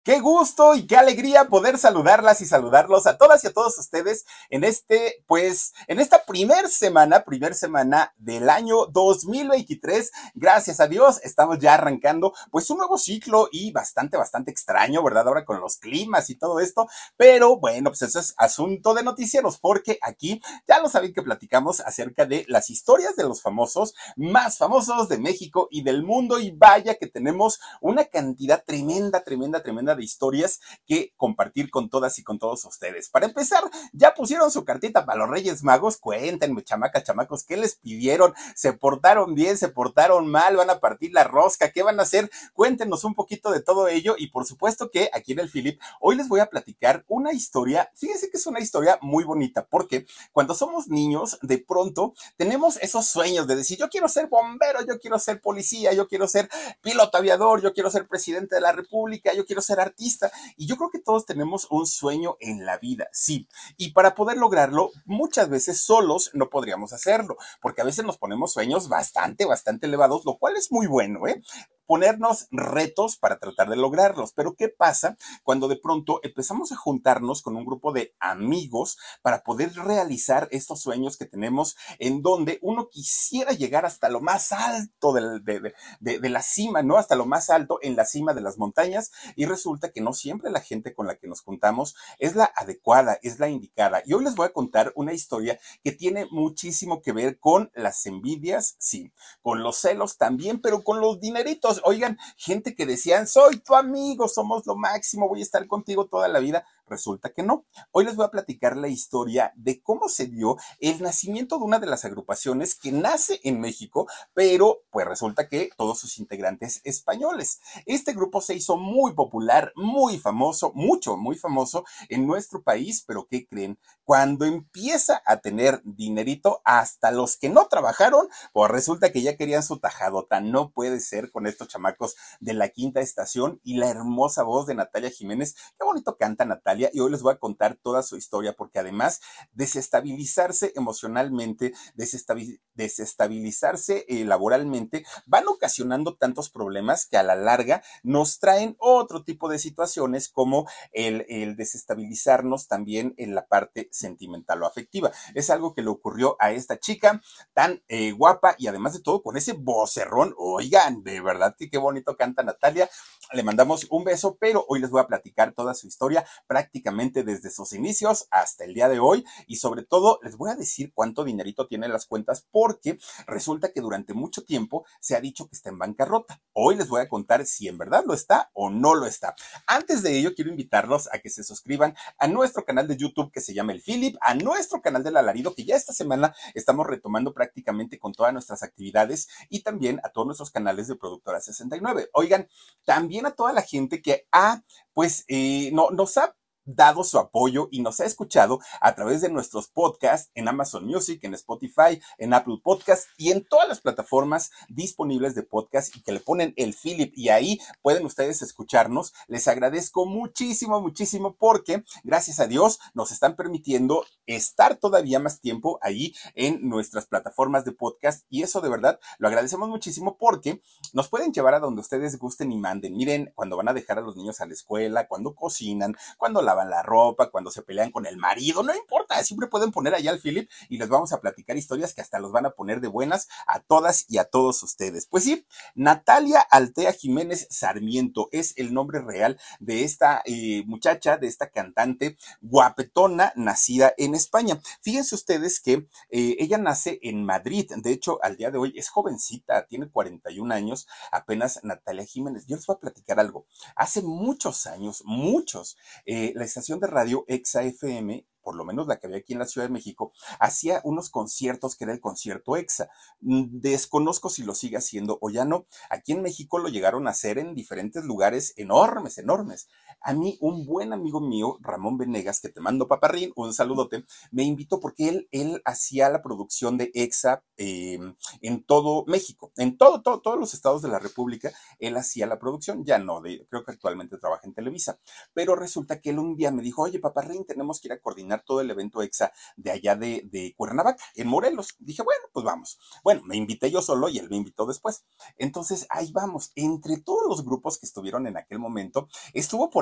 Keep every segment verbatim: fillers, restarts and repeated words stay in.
Qué gusto y qué alegría poder saludarlas y saludarlos a todas y a todos ustedes en este, pues, en esta primer semana, primer semana del año dos mil veintitrés. Gracias a Dios, estamos ya arrancando, pues, un nuevo ciclo y bastante, bastante extraño, ¿verdad? Ahora con los climas y todo esto, pero bueno, pues eso es asunto de noticieros, porque aquí ya lo saben que platicamos acerca de las historias de los famosos más famosos de México y del mundo, y vaya que tenemos una cantidad tremenda, tremenda, tremenda de historias que compartir con todas y con todos ustedes. Para empezar, ya pusieron su cartita para los Reyes Magos. Cuéntenme, chamacas, chamacos, ¿qué les pidieron? ¿Se portaron bien? ¿Se portaron mal? ¿Van a partir la rosca? ¿Qué van a hacer? Cuéntenos un poquito de todo ello, y por supuesto que aquí en el Philip hoy les voy a platicar una historia. Fíjense que es una historia muy bonita, porque cuando somos niños, de pronto tenemos esos sueños de decir: yo quiero ser bombero, yo quiero ser policía, yo quiero ser piloto aviador, yo quiero ser presidente de la república, yo quiero ser artista. Y yo creo que todos tenemos un sueño en la vida, sí. Y para poder lograrlo, muchas veces solos no podríamos hacerlo, porque a veces nos ponemos sueños bastante, bastante elevados, lo cual es muy bueno, ¿eh? Ponernos retos para tratar de lograrlos. Pero ¿qué pasa cuando de pronto empezamos a juntarnos con un grupo de amigos para poder realizar estos sueños que tenemos, en donde uno quisiera llegar hasta lo más alto del, de, de, de, de la cima, ¿no? Hasta lo más alto en la cima de las montañas, y resulta que no siempre la gente con la que nos juntamos es la adecuada, es la indicada. Y hoy les voy a contar una historia que tiene muchísimo que ver con las envidias, sí, con los celos también, pero con los dineritos. Oigan, gente que decían: soy tu amigo, somos lo máximo, voy a estar contigo toda la vida. Resulta que no. Hoy les voy a platicar la historia de cómo se dio el nacimiento de una de las agrupaciones que nace en México, pero pues resulta que todos sus integrantes españoles. Este grupo se hizo muy popular, muy famoso, mucho, muy famoso en nuestro país, pero ¿qué creen? Cuando empieza a tener dinerito, hasta los que no trabajaron, pues resulta que ya querían su tajadota. No puede ser con estos chamacos de la Quinta Estación y la hermosa voz de Natalia Jiménez. Qué bonito canta Natalia, y hoy les voy a contar toda su historia, porque además desestabilizarse emocionalmente, desestabil desestabilizarse eh, laboralmente, van ocasionando tantos problemas que a la larga nos traen otro tipo de situaciones, como el, el desestabilizarnos también en la parte sentimental o afectiva. Es algo que le ocurrió a esta chica tan eh, guapa, y además de todo con ese vocerrón. Oigan, de verdad que qué bonito canta Natalia. Le mandamos un beso, pero hoy les voy a platicar toda su historia, prácticamente desde sus inicios hasta el día de hoy, y sobre todo les voy a decir cuánto dinerito tiene en las cuentas, porque resulta que durante mucho tiempo se ha dicho que está en bancarrota. Hoy les voy a contar si en verdad lo está o no lo está. Antes de ello, quiero invitarlos a que se suscriban a nuestro canal de YouTube, que se llama El Philip, a nuestro canal del Alarido, que ya esta semana estamos retomando prácticamente con todas nuestras actividades, y también a todos nuestros canales de Productora sesenta y nueve. Oigan, también a toda la gente que ha, pues, eh, no, nos ha dado su apoyo y nos ha escuchado a través de nuestros podcasts en Amazon Music, en Spotify, en Apple Podcasts y en todas las plataformas disponibles de podcast, y que le ponen El Philip y ahí pueden ustedes escucharnos. Les agradezco muchísimo, muchísimo, porque gracias a Dios nos están permitiendo estar todavía más tiempo ahí en nuestras plataformas de podcast, y eso de verdad lo agradecemos muchísimo, porque nos pueden llevar a donde ustedes gusten y manden. Miren, cuando van a dejar a los niños a la escuela, cuando cocinan, cuando lavan la ropa, cuando se pelean con el marido, no importa, siempre pueden poner allá al Philip y les vamos a platicar historias que hasta los van a poner de buenas a todas y a todos ustedes. Pues sí, Natalia Altea Jiménez Sarmiento es el nombre real de esta eh, muchacha, de esta cantante guapetona, nacida en España. Fíjense ustedes que eh, ella nace en Madrid. De hecho, al día de hoy es jovencita, tiene cuarenta y un años apenas, Natalia Jiménez. Yo les voy a platicar algo. Hace muchos años, muchos, eh, la estación de radio Exa F M, por lo menos la que había aquí en la Ciudad de México, hacía unos conciertos que era el concierto Exa. Desconozco si lo sigue haciendo o ya no. Aquí en México lo llegaron a hacer en diferentes lugares enormes, enormes. A mí, un buen amigo mío, Ramón Venegas, que te mando paparrín, un saludote, me invitó porque él, él hacía la producción de Exa eh, en todo México, en todo, todo, todos los estados de la República. Él hacía la producción, ya no, de, creo que actualmente trabaja en Televisa, pero resulta que él un día me dijo: oye, paparrín, tenemos que ir a coordinar todo el evento Exa de allá de, de Cuernavaca, en Morelos. Dije, bueno, pues vamos. Bueno, me invité yo solo y él me invitó después. Entonces, ahí vamos. Entre todos los grupos que estuvieron en aquel momento, estuvo por ahí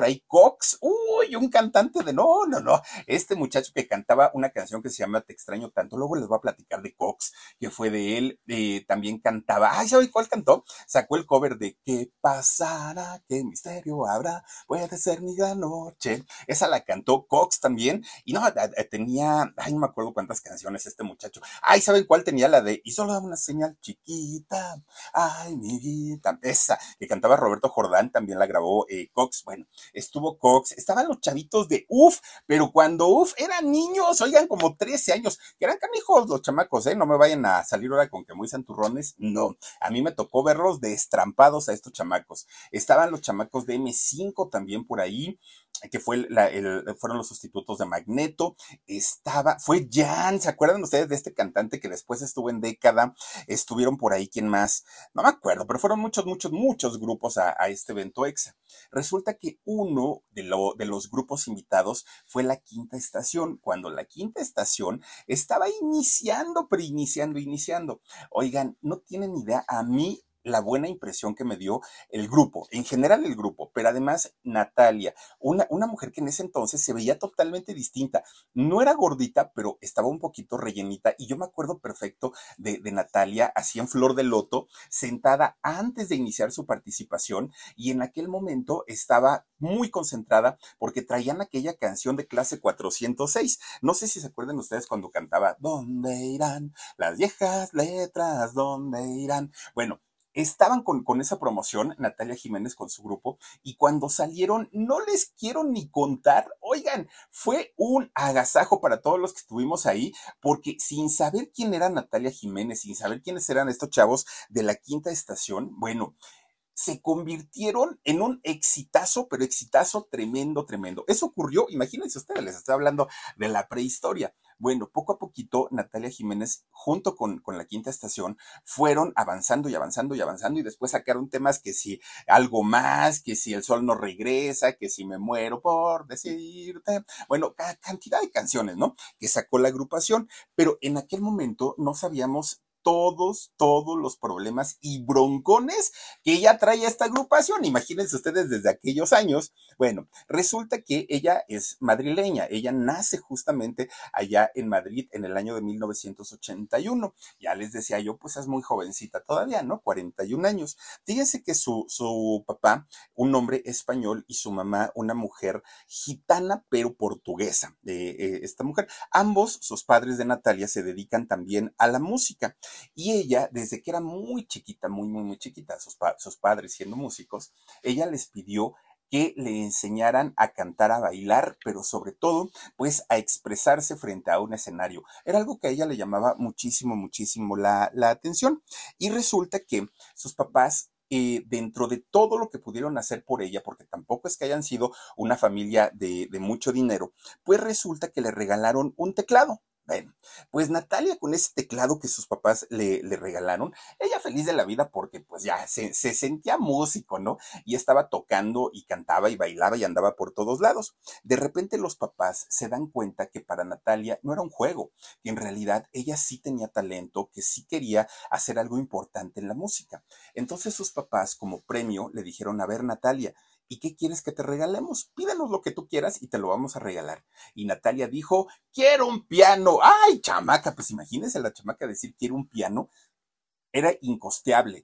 ahí Cox, uy, un cantante de no, no, no, este muchacho que cantaba una canción que se llama Te extraño tanto, luego les voy a platicar de Cox, que fue de él, eh, también cantaba, ay, ¿sabe cuál cantó? Sacó el cover de ¿Qué pasará? ¿Qué misterio habrá? Puede ser mi gran noche. Esa la cantó Cox también, y no, tenía, ay, no me acuerdo cuántas canciones este muchacho. Ay, ¿saben cuál tenía? La de Y solo dame una señal chiquita, ay, mi vida. Esa, que cantaba Roberto Jordán, también la grabó eh, Cox. Bueno, estuvo Cox, estaban los chavitos de U F, pero cuando U F eran niños, oigan, como trece años, que eran canijos los chamacos, ¿eh? No me vayan a salir ahora con que muy santurrones, no. A mí me tocó verlos destrampados a estos chamacos. Estaban los chamacos de eme cinco también por ahí, que fue la, el, fueron los sustitutos de Magneto. Estaba, fue Jan, ¿se acuerdan ustedes de este cantante que después estuvo en Década? Estuvieron por ahí, ¿quién más? No me acuerdo, pero fueron muchos, muchos, muchos grupos a, a este evento EXA. Resulta que uno de, lo, de los grupos invitados fue La Quinta Estación, cuando La Quinta Estación estaba iniciando, pero iniciando, iniciando. Oigan, no tienen idea, a mí la buena impresión que me dio el grupo, en general el grupo, pero además Natalia, una, una mujer que en ese entonces se veía totalmente distinta. No era gordita, pero estaba un poquito rellenita, y yo me acuerdo perfecto de, de Natalia, así en flor de loto, sentada antes de iniciar su participación, y en aquel momento estaba muy concentrada porque traían aquella canción de clase cuatrocientos seis. No sé si se acuerdan ustedes cuando cantaba ¿Dónde irán las viejas letras? ¿Dónde irán? Bueno, estaban con, con esa promoción, Natalia Jiménez con su grupo, y cuando salieron, no les quiero ni contar, oigan, fue un agasajo para todos los que estuvimos ahí, porque sin saber quién era Natalia Jiménez, sin saber quiénes eran estos chavos de La Quinta Estación, bueno, se convirtieron en un exitazo, pero exitazo tremendo, tremendo. Eso ocurrió, imagínense ustedes, les estoy hablando de la prehistoria. Bueno, poco a poquito, Natalia Jiménez, junto con, con La Quinta Estación, fueron avanzando y avanzando y avanzando, y después sacaron temas que si algo más, que si el sol no regresa, que si me muero por decirte. Bueno, cantidad de canciones, ¿no? Que sacó la agrupación, pero en aquel momento no sabíamos todos, todos los problemas y broncones que ya trae esta agrupación. Imagínense ustedes desde aquellos años. Bueno, resulta que ella es madrileña. Ella nace justamente allá en Madrid en el año de mil novecientos ochenta y uno. Ya les decía yo, pues es muy jovencita todavía, ¿no? cuarenta y un años. Fíjense que su, su papá, un hombre español, y su mamá, una mujer gitana, pero portuguesa. Eh, eh, esta mujer, ambos, sus padres de Natalia, se dedican también a la música. Y ella, desde que era muy chiquita, muy, muy, muy chiquita, sus, pa sus padres siendo músicos, ella les pidió que le enseñaran a cantar, a bailar, pero sobre todo, pues a expresarse frente a un escenario. Era algo que a ella le llamaba muchísimo, muchísimo la, la atención. Y resulta que sus papás, eh, dentro de todo lo que pudieron hacer por ella, porque tampoco es que hayan sido una familia de, de mucho dinero, pues resulta que le regalaron un teclado. Bueno, pues Natalia con ese teclado que sus papás le, le regalaron, ella feliz de la vida porque pues ya se, se sentía músico, ¿no? Y estaba tocando y cantaba y bailaba y andaba por todos lados. De repente los papás se dan cuenta que para Natalia no era un juego, que en realidad ella sí tenía talento, que sí quería hacer algo importante en la música. Entonces sus papás como premio le dijeron, a ver Natalia, ¿y qué quieres que te regalemos? Pídanos lo que tú quieras y te lo vamos a regalar. Y Natalia dijo, quiero un piano. ¡Ay, chamaca! Pues imagínense la chamaca decir, quiero un piano. Era incosteable.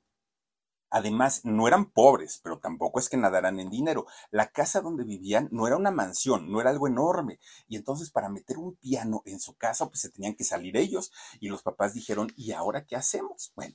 Además, no eran pobres, pero tampoco es que nadaran en dinero. La casa donde vivían no era una mansión, no era algo enorme. Y entonces para meter un piano en su casa, pues se tenían que salir ellos. Y los papás dijeron, ¿y ahora qué hacemos? Bueno,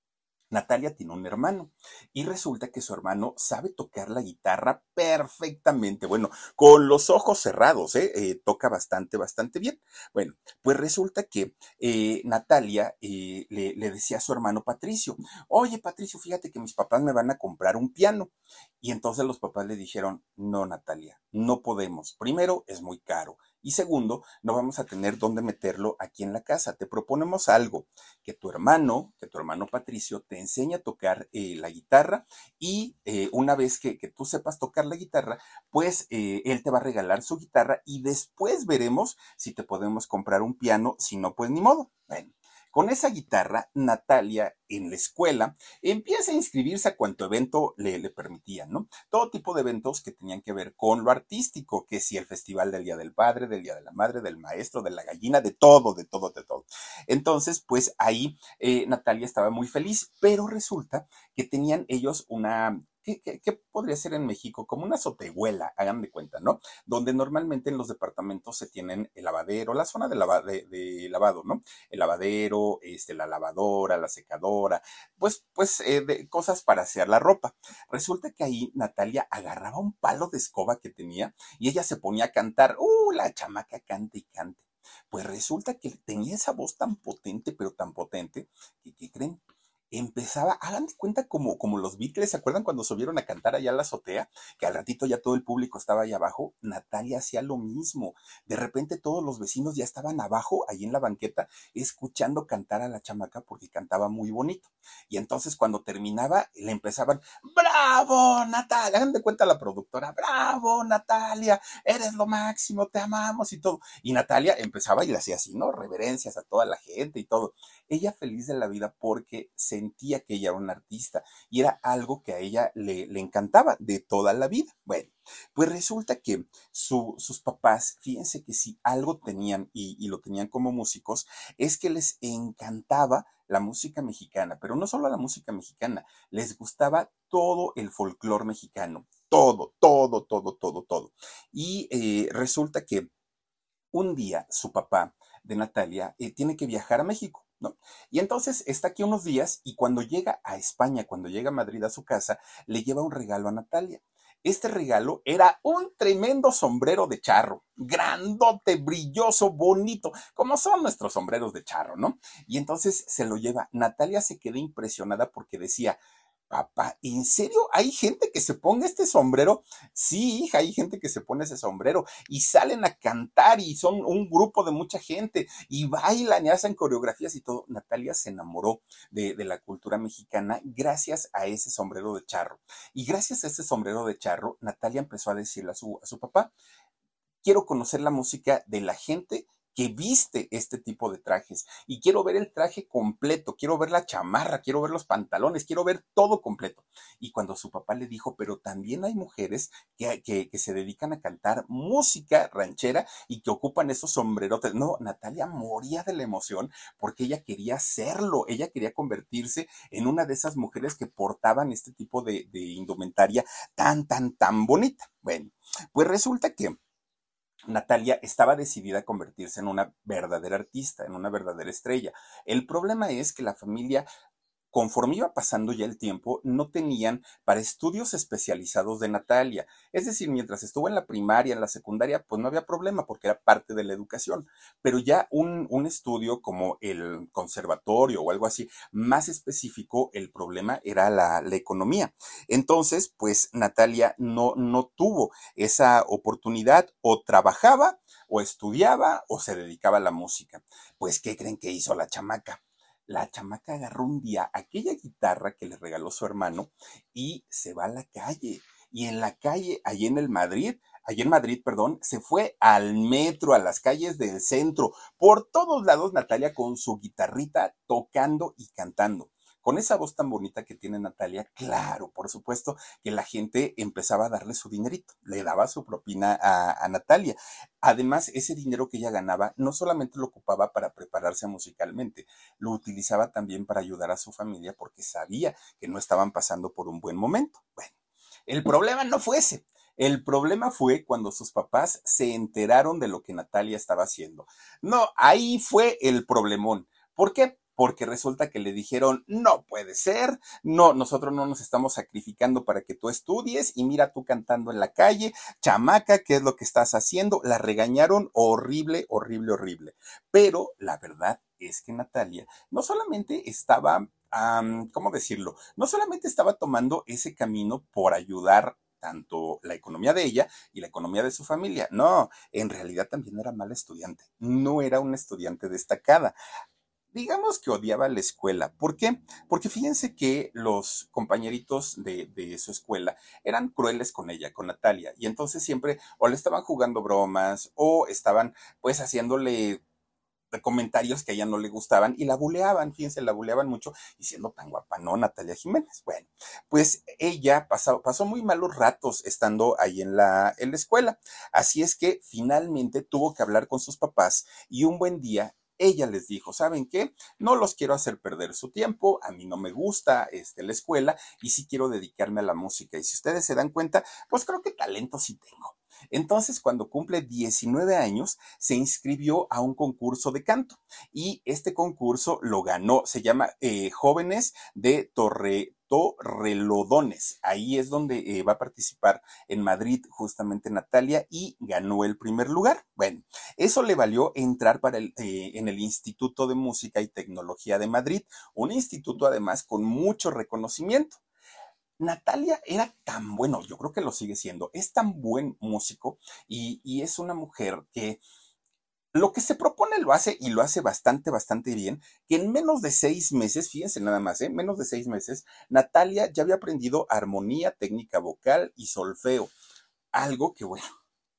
Natalia tiene un hermano y resulta que su hermano sabe tocar la guitarra perfectamente, bueno, con los ojos cerrados, ¿eh? Eh, toca bastante, bastante bien. Bueno, pues resulta que eh, Natalia eh, le, le decía a su hermano Patricio, oye Patricio, fíjate que mis papás me van a comprar un piano. Y entonces los papás le dijeron, no Natalia, no podemos. Primero, es muy caro. Y segundo, no vamos a tener dónde meterlo aquí en la casa. Te proponemos algo, que tu hermano, que tu hermano Patricio te enseñe a tocar eh, la guitarra y eh, una vez que, que tú sepas tocar la guitarra, pues eh, él te va a regalar su guitarra y después veremos si te podemos comprar un piano, si no, pues ni modo. Bueno, Con esa guitarra, Natalia en la escuela empieza a inscribirse a cuanto evento le, le permitían, ¿no? Todo tipo de eventos que tenían que ver con lo artístico, que si el festival del Día del Padre, del Día de la Madre, del Maestro, de la Gallina, de todo, de todo, de todo. Entonces, pues ahí eh, Natalia estaba muy feliz, pero resulta que tenían ellos una... ¿Qué, qué, qué podría ser en México? Como una azotehuela, hagan de cuenta, ¿no? Donde normalmente en los departamentos se tienen el lavadero, la zona de, lava, de, de lavado, ¿no? El lavadero, este, la lavadora, la secadora, pues, pues eh, de, cosas para hacer la ropa. Resulta que ahí Natalia agarraba un palo de escoba que tenía y ella se ponía a cantar. ¡Uh! La chamaca canta y cante. Pues resulta que tenía esa voz tan potente, pero tan potente, que, ¿qué creen? Empezaba, hagan de cuenta como, como los Beatles, ¿se acuerdan cuando subieron a cantar allá a la azotea? Que al ratito ya todo el público estaba ahí abajo. Natalia hacía lo mismo. De repente todos los vecinos ya estaban abajo, ahí en la banqueta, escuchando cantar a la chamaca porque cantaba muy bonito. Y entonces cuando terminaba, le empezaban, ¡bravo, Natalia! Hagan de cuenta la productora, ¡bravo, Natalia! Eres lo máximo, te amamos y todo. Y Natalia empezaba y le hacía así, ¿no? Reverencias a toda la gente y todo. Ella feliz de la vida porque sentía que ella era una artista y era algo que a ella le, le encantaba de toda la vida. Bueno, pues resulta que su, sus papás, fíjense que si algo tenían y, y lo tenían como músicos, es que les encantaba la música mexicana, pero no solo la música mexicana, les gustaba todo el folclore mexicano, todo, todo, todo, todo, todo. Y eh, resulta que un día su papá de Natalia eh, tiene que viajar a México, ¿no? Y entonces está aquí unos días y cuando llega a España, cuando llega a Madrid a su casa, le lleva un regalo a Natalia. Este regalo era un tremendo sombrero de charro, grandote, brilloso, bonito, como son nuestros sombreros de charro, ¿no? Y entonces se lo lleva. Natalia se quedó impresionada porque decía, papá, ¿en serio hay gente que se ponga este sombrero? Sí, hija, hay gente que se pone ese sombrero y salen a cantar y son un grupo de mucha gente y bailan y hacen coreografías y todo. Natalia se enamoró de, de la cultura mexicana gracias a ese sombrero de charro. Y gracias a ese sombrero de charro, Natalia empezó a decirle a su, a su papá, quiero conocer la música de la gente que viste este tipo de trajes y quiero ver el traje completo, quiero ver la chamarra, quiero ver los pantalones, quiero ver todo completo. Y cuando su papá le dijo, pero también hay mujeres que, que, que se dedican a cantar música ranchera y que ocupan esos sombrerotes. No, Natalia moría de la emoción porque ella quería hacerlo, ella quería convertirse en una de esas mujeres que portaban este tipo de, de indumentaria tan, tan, tan bonita. Bueno, pues resulta que Natalia estaba decidida a convertirse en una verdadera artista, en una verdadera estrella. El problema es que la familia, conforme iba pasando ya el tiempo, no tenían para estudios especializados de Natalia. Es decir, mientras estuvo en la primaria, en la secundaria, pues no había problema porque era parte de la educación. Pero ya un, un estudio como el conservatorio o algo así, más específico, el problema era la, la economía. Entonces, pues Natalia no, no tuvo esa oportunidad, o trabajaba, o estudiaba, o se dedicaba a la música. Pues, ¿qué creen que hizo la chamaca? La chamaca agarró un día aquella guitarra que le regaló su hermano y se va a la calle. Y en la calle, allí en el Madrid, allí en Madrid, perdón, se fue al metro, a las calles del centro, por todos lados Natalia con su guitarrita tocando y cantando. Con esa voz tan bonita que tiene Natalia, claro, por supuesto que la gente empezaba a darle su dinerito, le daba su propina a, a Natalia. Además, ese dinero que ella ganaba no solamente lo ocupaba para prepararse musicalmente, lo utilizaba también para ayudar a su familia porque sabía que no estaban pasando por un buen momento. Bueno, el problema no fue ese. El problema fue cuando sus papás se enteraron de lo que Natalia estaba haciendo. No, ahí fue el problemón. ¿Por qué? Porque resulta que le dijeron, no puede ser, no, nosotros no nos estamos sacrificando para que tú estudies y mira tú cantando en la calle, chamaca, ¿qué es lo que estás haciendo? La regañaron horrible, horrible, horrible. Pero la verdad es que Natalia no solamente estaba, um, ¿cómo decirlo? No solamente estaba tomando ese camino por ayudar tanto la economía de ella y la economía de su familia. No, en realidad también era mala estudiante. No era una estudiante destacada. Digamos que odiaba la escuela. ¿Por qué? Porque fíjense que los compañeritos de, de su escuela eran crueles con ella, con Natalia, y entonces siempre o le estaban jugando bromas o estaban pues haciéndole de comentarios que a ella no le gustaban y la buleaban, fíjense, la buleaban mucho y siendo tan guapa, ¿no? Natalia Jiménez. Bueno, pues ella pasó, pasó muy malos ratos estando ahí en la, en la escuela. Así es que finalmente tuvo que hablar con sus papás y un buen día ella les dijo, ¿saben qué? No los quiero hacer perder su tiempo, a mí no me gusta este, la escuela y sí quiero dedicarme a la música. Y si ustedes se dan cuenta, pues creo que talento sí tengo. Entonces, cuando cumple diecinueve años, se inscribió a un concurso de canto y este concurso lo ganó, se llama eh, Jóvenes de Torre, Torrelodones. Ahí es donde eh, va a participar en Madrid justamente Natalia y ganó el primer lugar. Bueno, eso le valió entrar para el, eh, en el Instituto de Música y Tecnología de Madrid, un instituto además con mucho reconocimiento. Natalia era tan bueno, yo creo que lo sigue siendo, es tan buen músico y, y es una mujer que lo que se propone lo hace y lo hace bastante, bastante bien, que en menos de seis meses, fíjense nada más, ¿eh? menos de seis meses, Natalia ya había aprendido armonía, técnica vocal y solfeo, algo que bueno,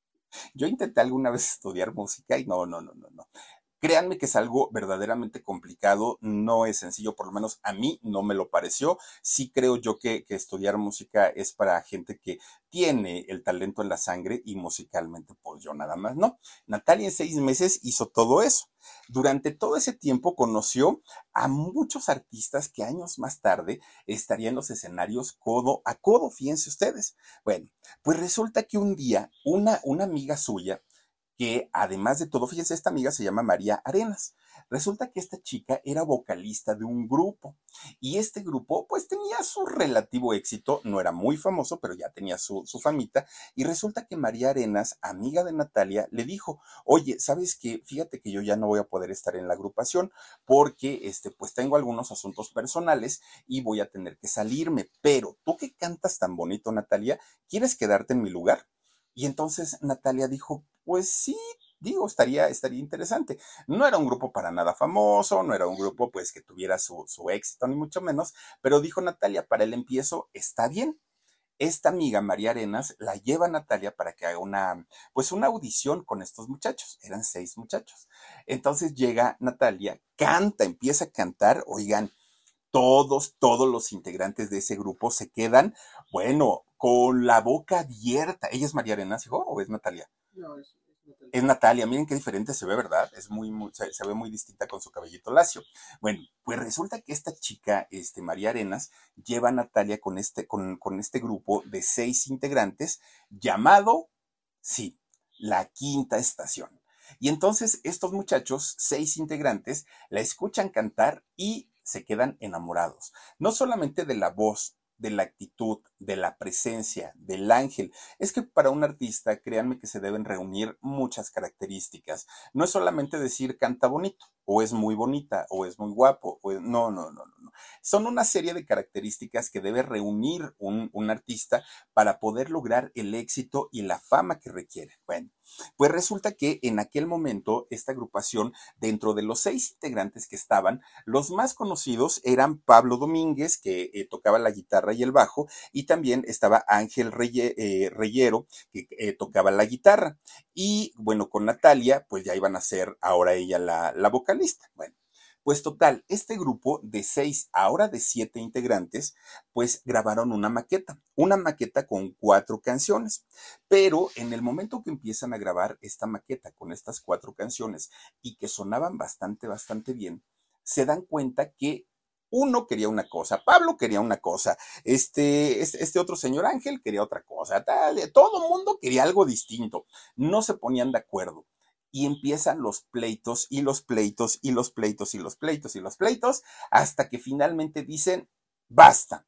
yo intenté alguna vez estudiar música y no, no, no, no, no. Créanme que es algo verdaderamente complicado, no es sencillo, por lo menos a mí no me lo pareció. Sí creo yo que, que estudiar música es para gente que tiene el talento en la sangre y musicalmente, pues yo nada más no. Natalia en seis meses hizo todo eso. Durante todo ese tiempo conoció a muchos artistas que años más tarde estarían en los escenarios codo a codo, fíjense ustedes. Bueno, pues resulta que un día una, una amiga suya que además de todo, fíjense, esta amiga se llama María Arenas. Resulta que esta chica era vocalista de un grupo y este grupo pues tenía su relativo éxito, no era muy famoso, pero ya tenía su, su famita y resulta que María Arenas, amiga de Natalia, le dijo, oye, ¿sabes qué? Fíjate que yo ya no voy a poder estar en la agrupación porque este, pues tengo algunos asuntos personales y voy a tener que salirme, pero tú que cantas tan bonito, Natalia, ¿quieres quedarte en mi lugar? Y entonces Natalia dijo, pues sí, digo, estaría, estaría interesante. No era un grupo para nada famoso, no era un grupo pues que tuviera su, su éxito, ni mucho menos, pero dijo Natalia, para el empiezo está bien. Esta amiga, María Arenas, la lleva a Natalia para que haga una, pues una audición con estos muchachos. Eran seis muchachos. Entonces llega Natalia, canta, empieza a cantar, oigan, todos, todos los integrantes de ese grupo se quedan, bueno, con la boca abierta. ¿Ella es María Arenas, hijo, o es Natalia? No, es, es Natalia. Es Natalia, miren qué diferente se ve, ¿verdad? Es muy, muy se, se, ve muy distinta con su cabellito lacio. Bueno, pues resulta que esta chica, este, María Arenas, lleva a Natalia con este, con, con este grupo de seis integrantes llamado, sí, La Quinta Estación. Y entonces estos muchachos, seis integrantes, la escuchan cantar y se quedan enamorados, no solamente de la voz, de la actitud, de la presencia, del ángel. Es que para un artista, créanme que se deben reunir muchas características. No es solamente decir canta bonito, o es muy bonita, o es muy guapo, o es... no, no, no, no, no. Son una serie de características que debe reunir un, un artista para poder lograr el éxito y la fama que requiere. Bueno, pues resulta que en aquel momento esta agrupación, dentro de los seis integrantes que estaban, los más conocidos eran Pablo Domínguez, que eh, tocaba la guitarra y el bajo, y también estaba Ángel Reye, eh, Reyero, que eh, tocaba la guitarra. Y bueno, con Natalia, pues ya iban a ser ahora ella la, la vocalista. Bueno. Pues total, este grupo de seis, ahora de siete integrantes, pues grabaron una maqueta, una maqueta con cuatro canciones. Pero en el momento que empiezan a grabar esta maqueta con estas cuatro canciones y que sonaban bastante, bastante bien, se dan cuenta que uno quería una cosa, Pablo quería una cosa, este, este, este otro señor Ángel quería otra cosa, tal, todo el mundo quería algo distinto, no se ponían de acuerdo. Y empiezan los pleitos y los pleitos y los pleitos y los pleitos y los pleitos hasta que finalmente dicen, basta.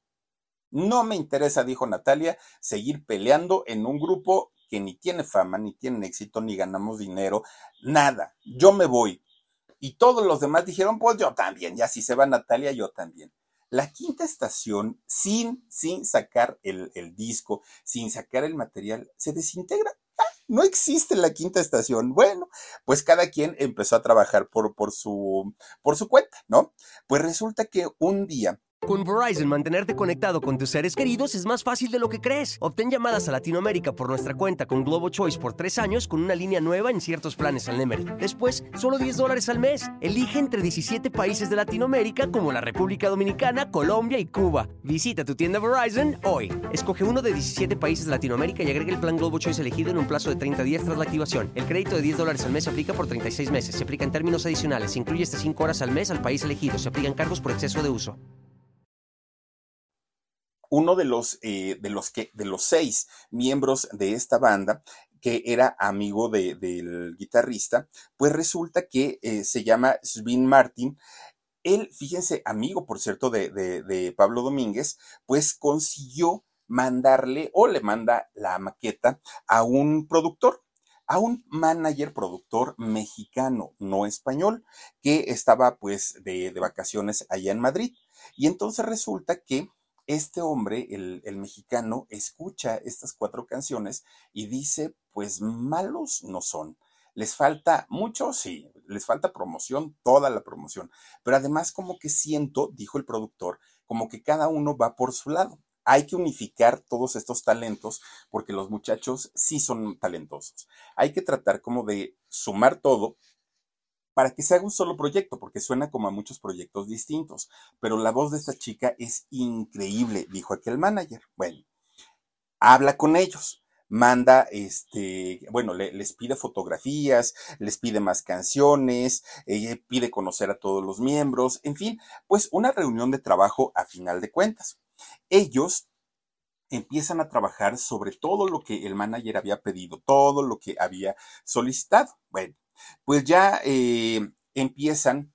No me interesa, dijo Natalia, seguir peleando en un grupo que ni tiene fama, ni tiene éxito, ni ganamos dinero, nada. Yo me voy. Y todos los demás dijeron, pues yo también, ya si se va Natalia, yo también. La Quinta Estación, sin, sin sacar el, el disco, sin sacar el material, se desintegra. No existe la Quinta Estación. Bueno, pues cada quien empezó a trabajar por, por, su, por su cuenta, ¿no? Pues resulta que un día Con Verizon, mantenerte conectado con tus seres queridos es más fácil de lo que crees. Obtén llamadas a Latinoamérica por nuestra cuenta con Globo Choice por tres años con una línea nueva en ciertos planes al Nemery. Después, solo diez dólares al mes. Elige entre diecisiete países de Latinoamérica como la República Dominicana, Colombia y Cuba. Visita tu tienda Verizon hoy. Escoge uno de diecisiete países de Latinoamérica y agrega el plan Globo Choice elegido en un plazo de treinta días tras la activación. El crédito de diez dólares al mes se aplica por treinta y seis meses. Se aplica en términos adicionales. Se incluye hasta cinco horas al mes al país elegido. Se aplican cargos por exceso de uso. Uno de los, eh, de los que, de los seis miembros de esta banda, que era amigo de, del guitarrista, pues resulta que eh, se llama Svin Martin. Él, fíjense, amigo, por cierto, de, de, de Pablo Domínguez, pues consiguió mandarle o le manda la maqueta a un productor, a un manager productor mexicano, no español, que estaba pues de, de vacaciones allá en Madrid. Y entonces resulta que este hombre, el, el mexicano, escucha estas cuatro canciones y dice, pues malos no son. ¿Les falta mucho? Sí, les falta promoción, toda la promoción. Pero además como que siento, dijo el productor, como que cada uno va por su lado. Hay que unificar todos estos talentos porque los muchachos sí son talentosos. Hay que tratar como de sumar todo para que se haga un solo proyecto, porque suena como a muchos proyectos distintos. Pero la voz de esta chica es increíble, dijo aquel manager. Bueno, habla con ellos, manda, este, bueno, le, les pide fotografías, les pide más canciones, eh, pide conocer a todos los miembros, en fin, pues una reunión de trabajo a final de cuentas. Ellos empiezan a trabajar sobre todo lo que el manager había pedido, todo lo que había solicitado. Bueno, pues ya eh, empiezan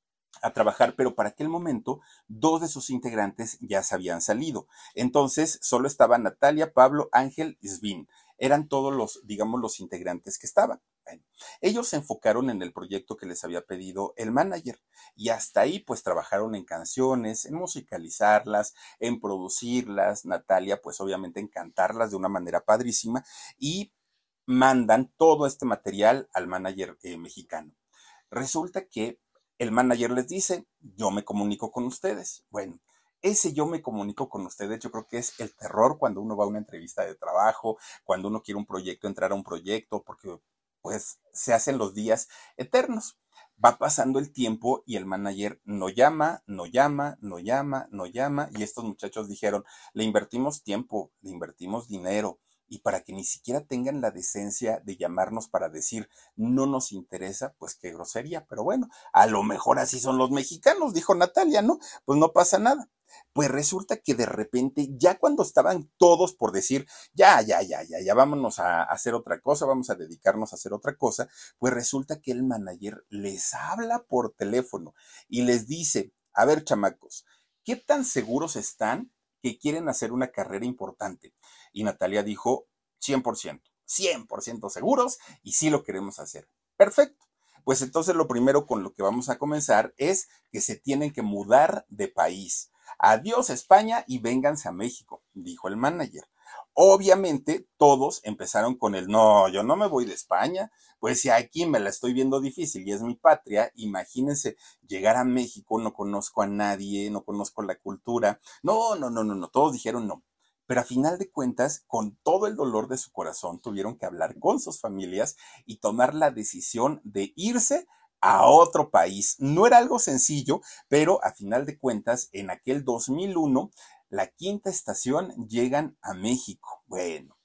a trabajar, pero para aquel momento dos de sus integrantes ya se habían salido. Entonces solo estaban Natalia, Pablo, Ángel y Svin. Eran todos los, digamos, los integrantes que estaban. Bueno, ellos se enfocaron en el proyecto que les había pedido el manager y hasta ahí pues trabajaron en canciones, en musicalizarlas, en producirlas. Natalia pues obviamente en cantarlas de una manera padrísima y mandan todo este material al manager eh, mexicano. Resulta que el manager les dice, yo me comunico con ustedes. Bueno, ese yo me comunico con ustedes, yo creo que es el terror cuando uno va a una entrevista de trabajo, cuando uno quiere un proyecto, entrar a un proyecto, porque pues se hacen los días eternos. Va pasando el tiempo y el manager no llama, no llama, no llama, no llama, y estos muchachos dijeron, le invertimos tiempo, le invertimos dinero, y para que ni siquiera tengan la decencia de llamarnos para decir no nos interesa, pues qué grosería, pero bueno, a lo mejor así son los mexicanos, dijo Natalia, ¿no? Pues no pasa nada. Pues resulta que de repente, ya cuando estaban todos por decir, ya, ya, ya, ya, ya, vámonos a hacer otra cosa, vamos a dedicarnos a hacer otra cosa, pues resulta que el manager les habla por teléfono y les dice, a ver, chamacos, ¿qué tan seguros están que quieren hacer una carrera importante? Y Natalia dijo, cien por ciento, cien por ciento seguros y sí lo queremos hacer. Perfecto. Pues entonces lo primero con lo que vamos a comenzar es que se tienen que mudar de país. Adiós España y vénganse a México, dijo el manager. Obviamente todos empezaron con el no, yo no me voy de España, pues si aquí me la estoy viendo difícil y es mi patria, imagínense llegar a México, no conozco a nadie, no conozco la cultura, no, no, no, no, no, todos dijeron no. Pero a final de cuentas, con todo el dolor de su corazón, tuvieron que hablar con sus familias y tomar la decisión de irse a otro país. No era algo sencillo, pero a final de cuentas, en aquel dos mil uno, la quinta estación llegan a México. Bueno,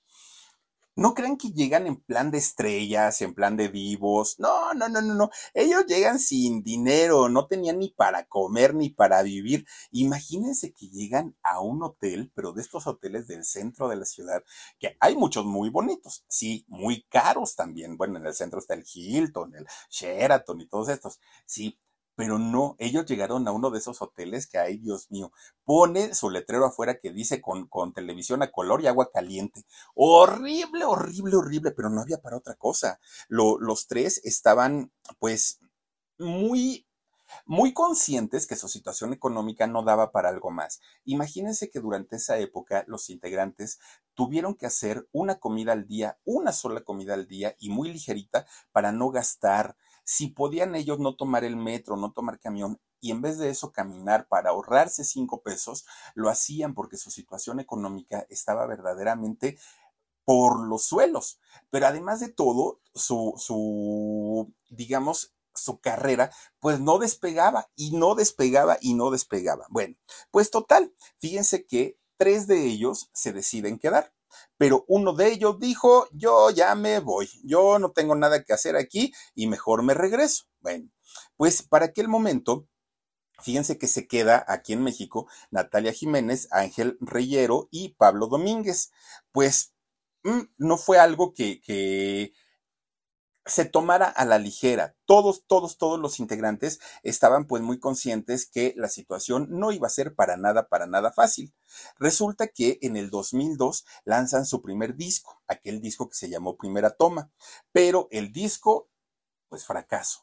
no crean que llegan en plan de estrellas, en plan de vivos. No, no, no, no, no. Ellos llegan sin dinero, no tenían ni para comer ni para vivir. Imagínense que llegan a un hotel, pero de estos hoteles del centro de la ciudad, que hay muchos muy bonitos, sí, muy caros también. Bueno, en el centro está el Hilton, el Sheraton y todos estos, sí. Pero no, ellos llegaron a uno de esos hoteles que, ay, Dios mío, pone su letrero afuera que dice con, con televisión a color y agua caliente. Horrible, horrible, horrible, pero no había para otra cosa. Lo, los tres estaban, pues, muy muy conscientes que su situación económica no daba para algo más. Imagínense que durante esa época los integrantes tuvieron que hacer una comida al día, una sola comida al día y muy ligerita para no gastar. Si podían ellos no tomar el metro, no tomar camión, y en vez de eso caminar para ahorrarse cinco pesos, lo hacían porque su situación económica estaba verdaderamente por los suelos. Pero además de todo, su, su, digamos, su carrera, pues no despegaba y no despegaba y no despegaba. Bueno, pues total, fíjense que tres de ellos se deciden quedar. Pero uno de ellos dijo, yo ya me voy, yo no tengo nada que hacer aquí y mejor me regreso. Bueno, pues para aquel momento, fíjense que se queda aquí en México Natalia Jiménez, Ángel Reyero y Pablo Domínguez. Pues mm, no fue algo que, que se tomara a la ligera. Todos, todos, todos los integrantes estaban pues muy conscientes que la situación no iba a ser para nada, para nada fácil. Resulta que en el dos mil dos lanzan su primer disco, aquel disco que se llamó Primera Toma, pero el disco, pues fracaso.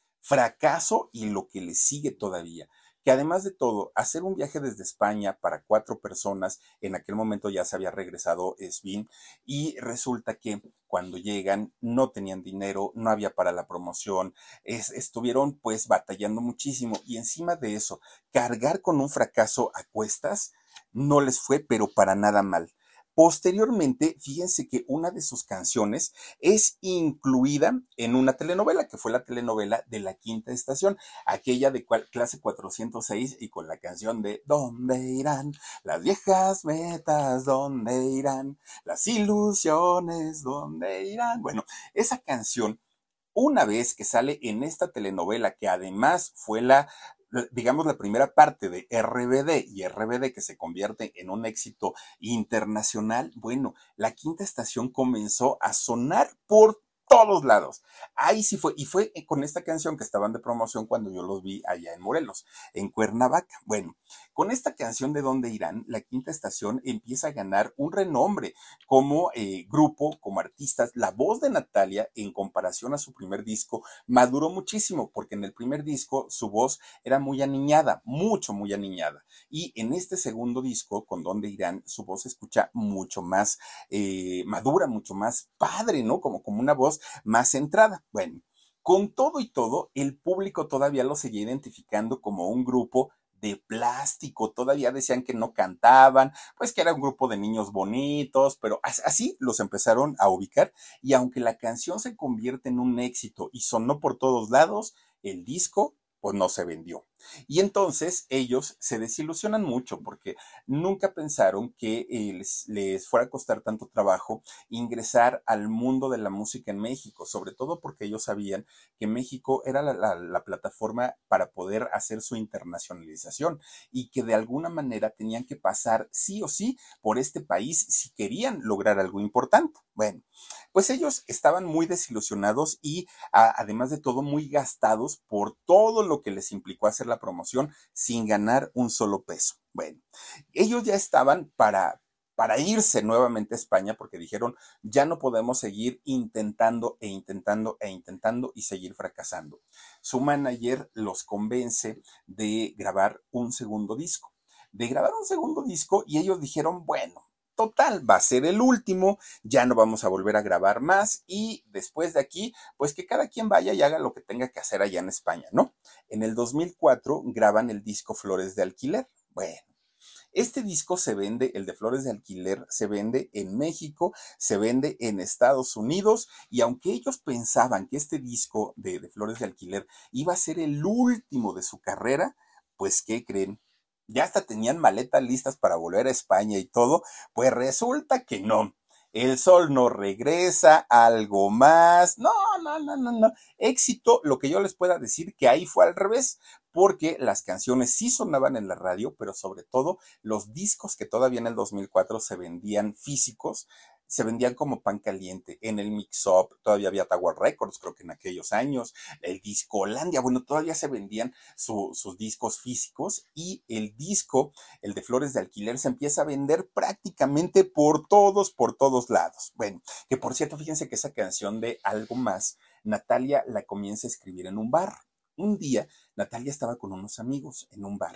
Fracaso y lo que le sigue todavía, que además de todo, hacer un viaje desde España para cuatro personas, en aquel momento ya se había regresado Svin, y resulta que cuando llegan no tenían dinero, no había para la promoción, es, estuvieron pues batallando muchísimo, y encima de eso, cargar con un fracaso a cuestas no les fue pero para nada mal. Posteriormente, fíjense que una de sus canciones es incluida en una telenovela, que fue la telenovela de La Quinta Estación, aquella de cual, clase cuatrocientos seis, y con la canción de ¿Dónde irán las viejas metas? ¿Dónde irán las ilusiones? ¿Dónde irán? Bueno, esa canción, una vez que sale en esta telenovela, que además fue la, digamos, la primera parte de R B D, y R B D que se convierte en un éxito internacional, bueno, La Quinta Estación comenzó a sonar por todos lados. Ahí sí fue, y fue con esta canción que estaban de promoción cuando yo los vi allá en Morelos, en Cuernavaca. Bueno, con esta canción de ¿Dónde irán?, La Quinta Estación empieza a ganar un renombre como eh, grupo, como artistas. La voz de Natalia, en comparación a su primer disco, maduró muchísimo, porque en el primer disco su voz era muy aniñada, mucho, muy aniñada. Y en este segundo disco, con ¿Dónde irán?, su voz se escucha mucho más eh, madura, mucho más padre, ¿no? Como, como una voz más centrada. Bueno, con todo y todo, el público todavía lo seguía identificando como un grupo de plástico, todavía decían que no cantaban, pues que era un grupo de niños bonitos, pero así los empezaron a ubicar, y aunque la canción se convierte en un éxito y sonó por todos lados, el disco pues no se vendió. Y entonces ellos se desilusionan mucho porque nunca pensaron que eh, les, les fuera a costar tanto trabajo ingresar al mundo de la música en México, sobre todo porque ellos sabían que México era la, la, la plataforma para poder hacer su internacionalización, y que de alguna manera tenían que pasar sí o sí por este país si querían lograr algo importante. Bueno, pues ellos estaban muy desilusionados y a, además de todo muy gastados por todo lo que les implicó hacer la promoción sin ganar un solo peso. Bueno, ellos ya estaban para, para irse nuevamente a España, porque dijeron, ya no podemos seguir intentando e intentando e intentando y seguir fracasando. Su manager los convence de grabar un segundo disco, de grabar un segundo disco, y ellos dijeron, bueno, total, va a ser el último, ya no vamos a volver a grabar más, y después de aquí, pues que cada quien vaya y haga lo que tenga que hacer allá en España, ¿no? En el dos mil cuatro graban el disco Flores de Alquiler. Bueno, este disco se vende, el de Flores de Alquiler, se vende en México, se vende en Estados Unidos, y aunque ellos pensaban que este disco de, de Flores de Alquiler iba a ser el último de su carrera, pues ¿qué creen? Ya hasta tenían maletas listas para volver a España y todo, pues resulta que no. El sol no regresa, algo más. No, no, no, no, no. Éxito, lo que yo les pueda decir que ahí fue al revés, porque las canciones sí sonaban en la radio, pero sobre todo los discos que todavía en el dos mil cuatro se vendían físicos, se vendían como pan caliente. En el Mix-Up todavía había Tower Records, creo que en aquellos años, el Discolandia, bueno, todavía se vendían su, sus discos físicos, y el disco, el de Flores de Alquiler, se empieza a vender prácticamente por todos, por todos lados. Bueno, que por cierto, fíjense que esa canción de Algo Más, Natalia la comienza a escribir en un bar. Un día, Natalia estaba con unos amigos en un bar,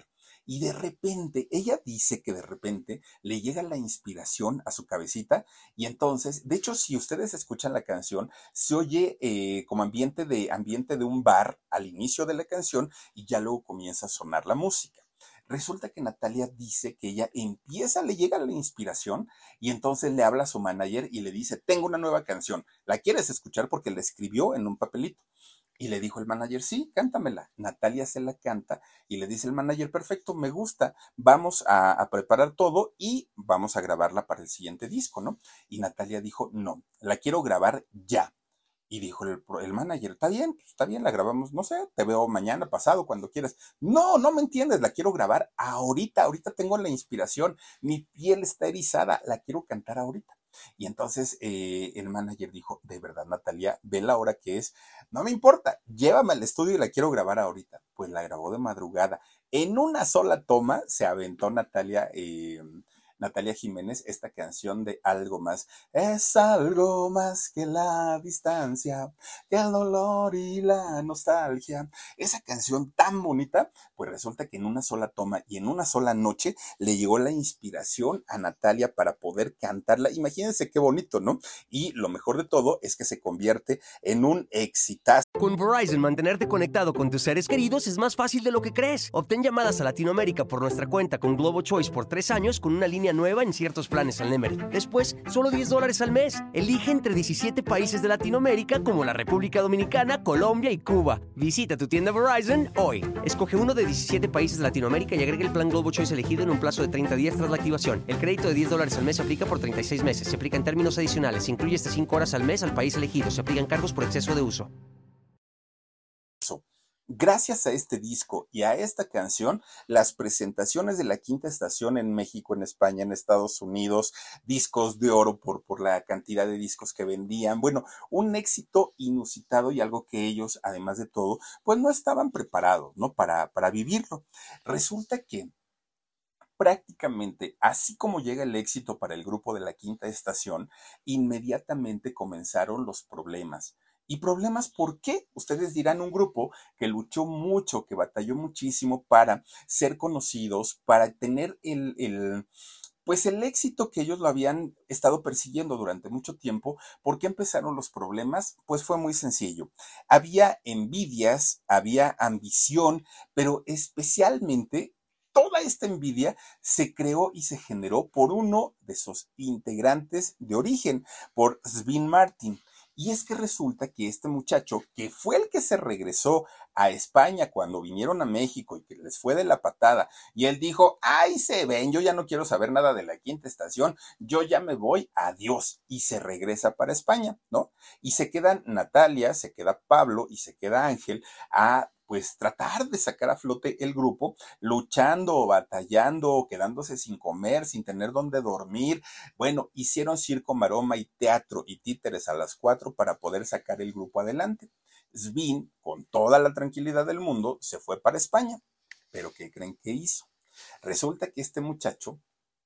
Y de repente, ella dice que de repente le llega la inspiración a su cabecita y entonces, de hecho, si ustedes escuchan la canción, se oye eh, como ambiente de, ambiente de un bar al inicio de la canción y ya luego comienza a sonar la música. Resulta que Natalia dice que ella empieza, le llega la inspiración y entonces le habla a su manager y le dice, tengo una nueva canción, ¿la quieres escuchar? Porque la escribió en un papelito. Y le dijo el manager, sí, cántamela. Natalia se la canta y le dice el manager, perfecto, me gusta, vamos a, a preparar todo y vamos a grabarla para el siguiente disco, ¿no? Y Natalia dijo, no, la quiero grabar ya. Y dijo el, el manager, está bien, pues, está bien, la grabamos, no sé, te veo mañana, pasado, cuando quieras. No, no me entiendes, la quiero grabar ahorita, ahorita tengo la inspiración, mi piel está erizada, la quiero cantar ahorita. Y entonces eh, el manager dijo, de verdad, Natalia, ve la hora que es, no me importa, llévame al estudio y la quiero grabar ahorita. Pues la grabó de madrugada. En una sola toma se aventó Natalia, eh, Natalia Jiménez, esta canción de Algo Más. Es algo más que la distancia, que el dolor y la nostalgia. Esa canción tan bonita, pues resulta que en una sola toma y en una sola noche le llegó la inspiración a Natalia para poder cantarla. Imagínense qué bonito, ¿no? Y lo mejor de todo es que se convierte en un exitazo. Con Verizon, mantenerte conectado con tus seres queridos es más fácil de lo que crees. Obtén llamadas a Latinoamérica por nuestra cuenta con Globo Choice por tres años con una línea nueva en ciertos planes al Nemery. Después, solo diez dólares al mes. Elige entre diecisiete países de Latinoamérica como la República Dominicana, Colombia y Cuba. Visita tu tienda Verizon hoy. Escoge uno de diecisiete países de Latinoamérica y agrega el plan Globo Choice elegido en un plazo de treinta días tras la activación. El crédito de diez dólares al mes se aplica por treinta y seis meses. Se aplica en términos adicionales. Se incluye hasta cinco horas al mes al país elegido. Se aplican cargos por exceso de uso. Gracias a este disco y a esta canción, las presentaciones de la Quinta Estación en México, en España, en Estados Unidos, discos de oro por, por la cantidad de discos que vendían. Bueno, un éxito inusitado y algo que ellos, además de todo, pues no estaban preparados, ¿no? Para, para vivirlo. Resulta que prácticamente, así como llega el éxito para el grupo de la Quinta Estación, inmediatamente comenzaron los problemas. ¿Y problemas por qué? Ustedes dirán, un grupo que luchó mucho, que batalló muchísimo para ser conocidos, para tener el, el, pues el éxito que ellos lo habían estado persiguiendo durante mucho tiempo. ¿Por qué empezaron los problemas? Pues fue muy sencillo. Había envidias, había ambición, pero especialmente toda esta envidia se creó y se generó por uno de sus integrantes de origen, por Svin Martin. Y es que resulta que este muchacho, que fue el que se regresó a España cuando vinieron a México y que les fue de la patada, y él dijo, ay, se ven, yo ya no quiero saber nada de la Quinta Estación, yo ya me voy, adiós, y se regresa para España, ¿no? Y se quedan Natalia, se queda Pablo y se queda Ángel a pues tratar de sacar a flote el grupo, luchando, batallando, quedándose sin comer, sin tener dónde dormir. Bueno, hicieron circo, maroma y teatro y títeres a las cuatro para poder sacar el grupo adelante. Svin, con toda la tranquilidad del mundo, se fue para España. ¿Pero qué creen que hizo? Resulta que este muchacho,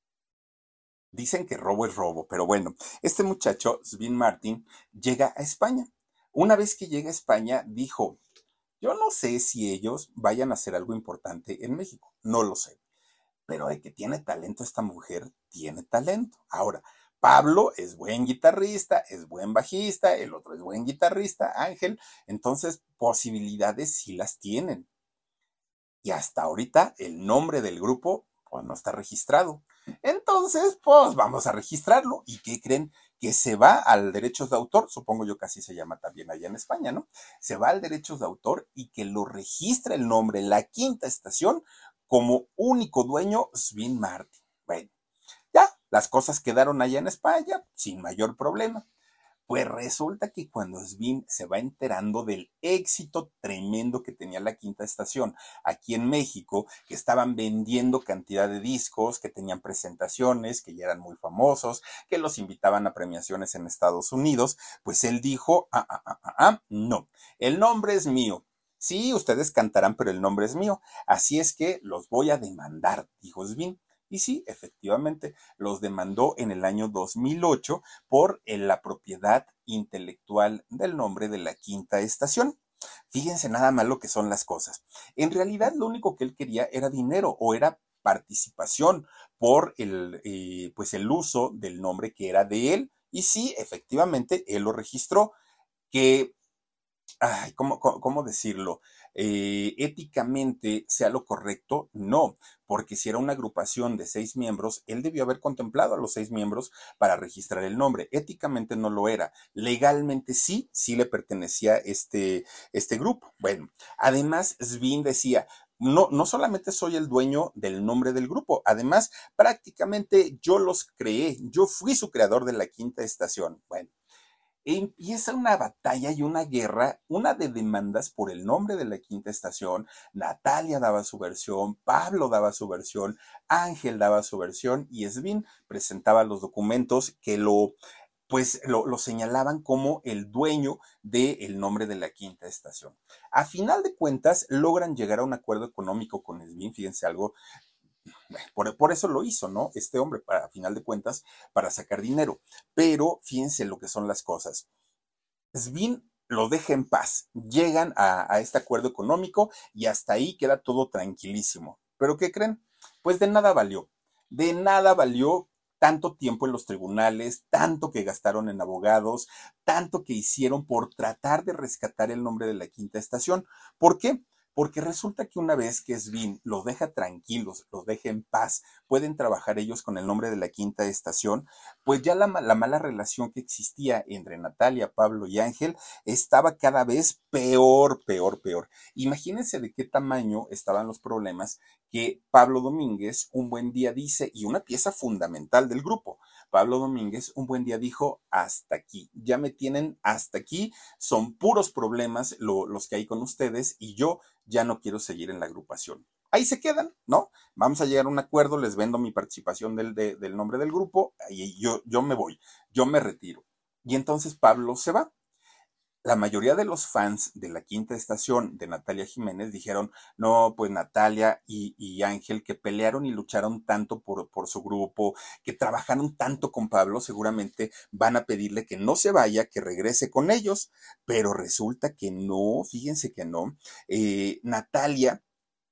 dicen que robo es robo, pero bueno, este muchacho, Svin Martin, llega a España. Una vez que llega a España, dijo, yo no sé si ellos vayan a hacer algo importante en México, no lo sé, pero de que tiene talento esta mujer, tiene talento. Ahora, Pablo es buen guitarrista, es buen bajista, el otro es buen guitarrista, Ángel, entonces posibilidades sí las tienen. Y hasta ahorita el nombre del grupo pues no está registrado. Entonces, pues vamos a registrarlo. ¿Y qué creen? Que se va al derechos de autor, supongo yo que así se llama también allá en España, ¿no? Se va al derechos de autor y que lo registra el nombre La Quinta Estación como único dueño Svin Martin. Bueno, ya, las cosas quedaron allá en España sin mayor problema. Pues resulta que cuando Svin se va enterando del éxito tremendo que tenía la Quinta Estación aquí en México, que estaban vendiendo cantidad de discos, que tenían presentaciones, que ya eran muy famosos, que los invitaban a premiaciones en Estados Unidos, pues él dijo, ah, ah, ah, ah, ah, no, el nombre es mío. Sí, ustedes cantarán, pero el nombre es mío. Así es que los voy a demandar, dijo Svin. Y sí, efectivamente, los demandó en el año dos mil ocho por la propiedad intelectual del nombre de la Quinta Estación. Fíjense nada más lo que son las cosas. En realidad lo único que él quería era dinero o era participación por el, eh, pues el uso del nombre que era de él. Y sí, efectivamente, él lo registró, que ay, ¿cómo, cómo, cómo decirlo? Eh, éticamente sea lo correcto, no, porque si era una agrupación de seis miembros, él debió haber contemplado a los seis miembros para registrar el nombre. Éticamente no lo era. Legalmente sí, sí le pertenecía este, este grupo. Bueno, además, Svin decía, no, no solamente soy el dueño del nombre del grupo, además, prácticamente yo los creé, yo fui su creador de la quinta estación. Bueno, empieza una batalla y una guerra, una de demandas por el nombre de la quinta estación. Natalia daba su versión, Pablo daba su versión, Ángel daba su versión y Svin presentaba los documentos que lo, pues, lo, lo señalaban como el dueño del nombre de la quinta estación. A final de cuentas, logran llegar a un acuerdo económico con Svin, fíjense algo. Por, por, eso lo hizo, ¿no? Este hombre, para, a final de cuentas, para sacar dinero. Pero fíjense lo que son las cosas. Svin los deja en paz. Llegan a, a este acuerdo económico y hasta ahí queda todo tranquilísimo. ¿Pero qué creen? Pues de nada valió. De nada valió tanto tiempo en los tribunales, tanto que gastaron en abogados, tanto que hicieron por tratar de rescatar el nombre de la quinta estación. ¿Por qué? Porque resulta que una vez que Svin los deja tranquilos, los deja en paz, pueden trabajar ellos con el nombre de la quinta estación, pues ya la, la mala relación que existía entre Natalia, Pablo y Ángel estaba cada vez peor, peor, peor. Imagínense de qué tamaño estaban los problemas que Pablo Domínguez un buen día dice, y una pieza fundamental del grupo, Pablo Domínguez un buen día dijo, hasta aquí, ya me tienen hasta aquí, son puros problemas lo, los que hay con ustedes y yo ya no quiero seguir en la agrupación. Ahí se quedan, ¿no? Vamos a llegar a un acuerdo, les vendo mi participación del, de, del nombre del grupo y yo, yo me voy, yo me retiro. Y entonces Pablo se va. La mayoría de los fans de la quinta estación de Natalia Jiménez dijeron, no, pues Natalia y, y Ángel que pelearon y lucharon tanto por, por su grupo, que trabajaron tanto con Pablo, seguramente van a pedirle que no se vaya, que regrese con ellos, pero resulta que no, fíjense que no. Eh, Natalia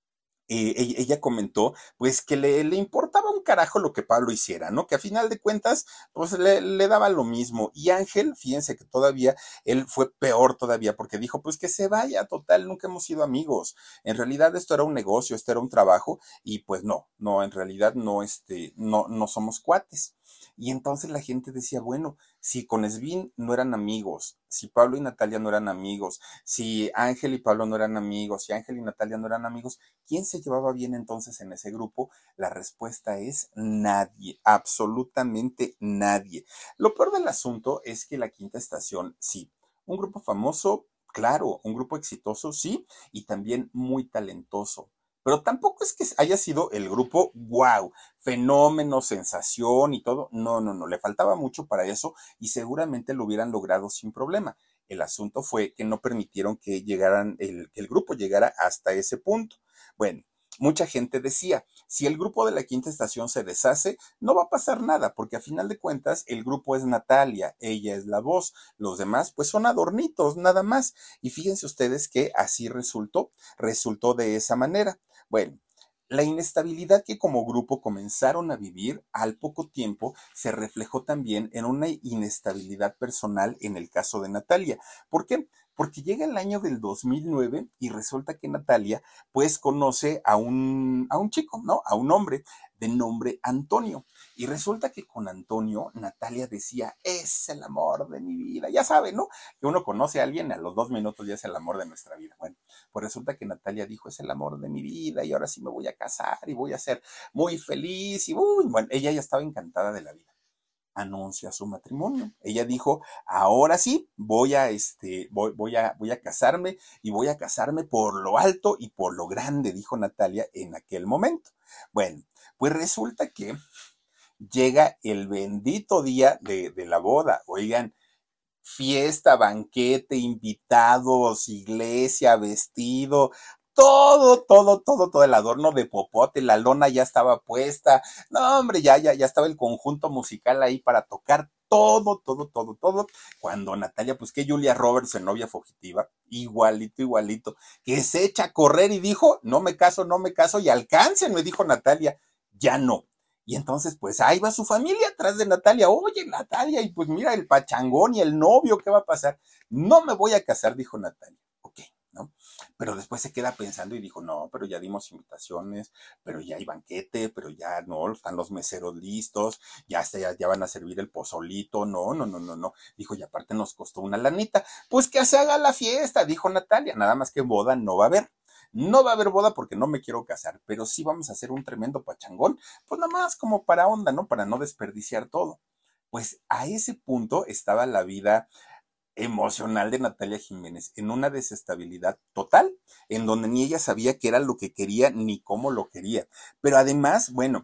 eh, ella, ella comentó pues que le, le importaba un carajo lo que Pablo hiciera, ¿no? Que a final de cuentas pues le, le daba lo mismo. Y Ángel, fíjense que todavía él fue peor todavía porque dijo pues que se vaya, total, nunca hemos sido amigos. En realidad esto era un negocio, esto era un trabajo y pues no, no, en realidad no, este, no, no somos cuates. Y entonces la gente decía, bueno, si con Svin no eran amigos, si Pablo y Natalia no eran amigos, si Ángel y Pablo no eran amigos, si Ángel y Natalia no eran amigos, ¿quién se llevaba bien entonces en ese grupo? La respuesta es nadie, absolutamente nadie. Lo peor del asunto es que la quinta estación, sí, un grupo famoso, claro, un grupo exitoso, sí, y también muy talentoso. Pero tampoco es que haya sido el grupo wow, fenómeno, sensación y todo. No, no, no, le faltaba mucho para eso y seguramente lo hubieran logrado sin problema. El asunto fue que no permitieron que llegaran, el, que el grupo llegara hasta ese punto. Bueno, mucha gente decía, si el grupo de la quinta estación se deshace, no va a pasar nada, porque a final de cuentas el grupo es Natalia, ella es la voz, los demás pues son adornitos, nada más. Y fíjense ustedes que así resultó, resultó de esa manera. Bueno, la inestabilidad que como grupo comenzaron a vivir al poco tiempo se reflejó también en una inestabilidad personal en el caso de Natalia. ¿Por qué? Porque llega el año del dos mil nueve y resulta que Natalia pues conoce a un, a un chico, ¿no? A un hombre de nombre Antonio. Y resulta que con Antonio, Natalia decía, es el amor de mi vida. Ya sabe, ¿no? Que uno conoce a alguien, a los dos minutos ya es el amor de nuestra vida. Bueno, pues resulta que Natalia dijo, es el amor de mi vida y ahora sí me voy a casar y voy a ser muy feliz. Y uy, bueno, ella ya estaba encantada de la vida. Anuncia su matrimonio. Ella dijo, ahora sí, voy a, este, voy, voy a, voy a casarme y voy a casarme por lo alto y por lo grande, dijo Natalia en aquel momento. Bueno, pues resulta que llega el bendito día de, de la boda. Oigan, fiesta, banquete, invitados, iglesia, vestido, todo, todo, todo, todo el adorno de popote, la lona ya estaba puesta. No, hombre, ya, ya, ya estaba el conjunto musical ahí para tocar todo, todo, todo, todo. Cuando Natalia, pues que Julia Roberts en Novia Fugitiva, igualito, igualito, que se echa a correr y dijo, no me caso, no me caso, y alcáncenme, dijo Natalia, ya no. Y entonces, pues ahí va su familia atrás de Natalia. Oye, Natalia, y pues mira el pachangón y el novio, ¿qué va a pasar? No me voy a casar, dijo Natalia. Ok, ¿no? Pero después se queda pensando y dijo, no, pero ya dimos invitaciones, pero ya hay banquete, pero ya no, están los meseros listos, ya, ya, ya van a servir el pozolito, no, no, no, no, no. Dijo, y aparte nos costó una lanita. Pues que se haga la fiesta, dijo Natalia, nada más que boda no va a haber. No va a haber boda porque no me quiero casar, pero sí vamos a hacer un tremendo pachangón, pues nada más como para onda, ¿no? Para no desperdiciar todo. Pues a ese punto estaba la vida emocional de Natalia Jiménez, en una desestabilidad total, en donde ni ella sabía qué era lo que quería ni cómo lo quería. Pero además, bueno,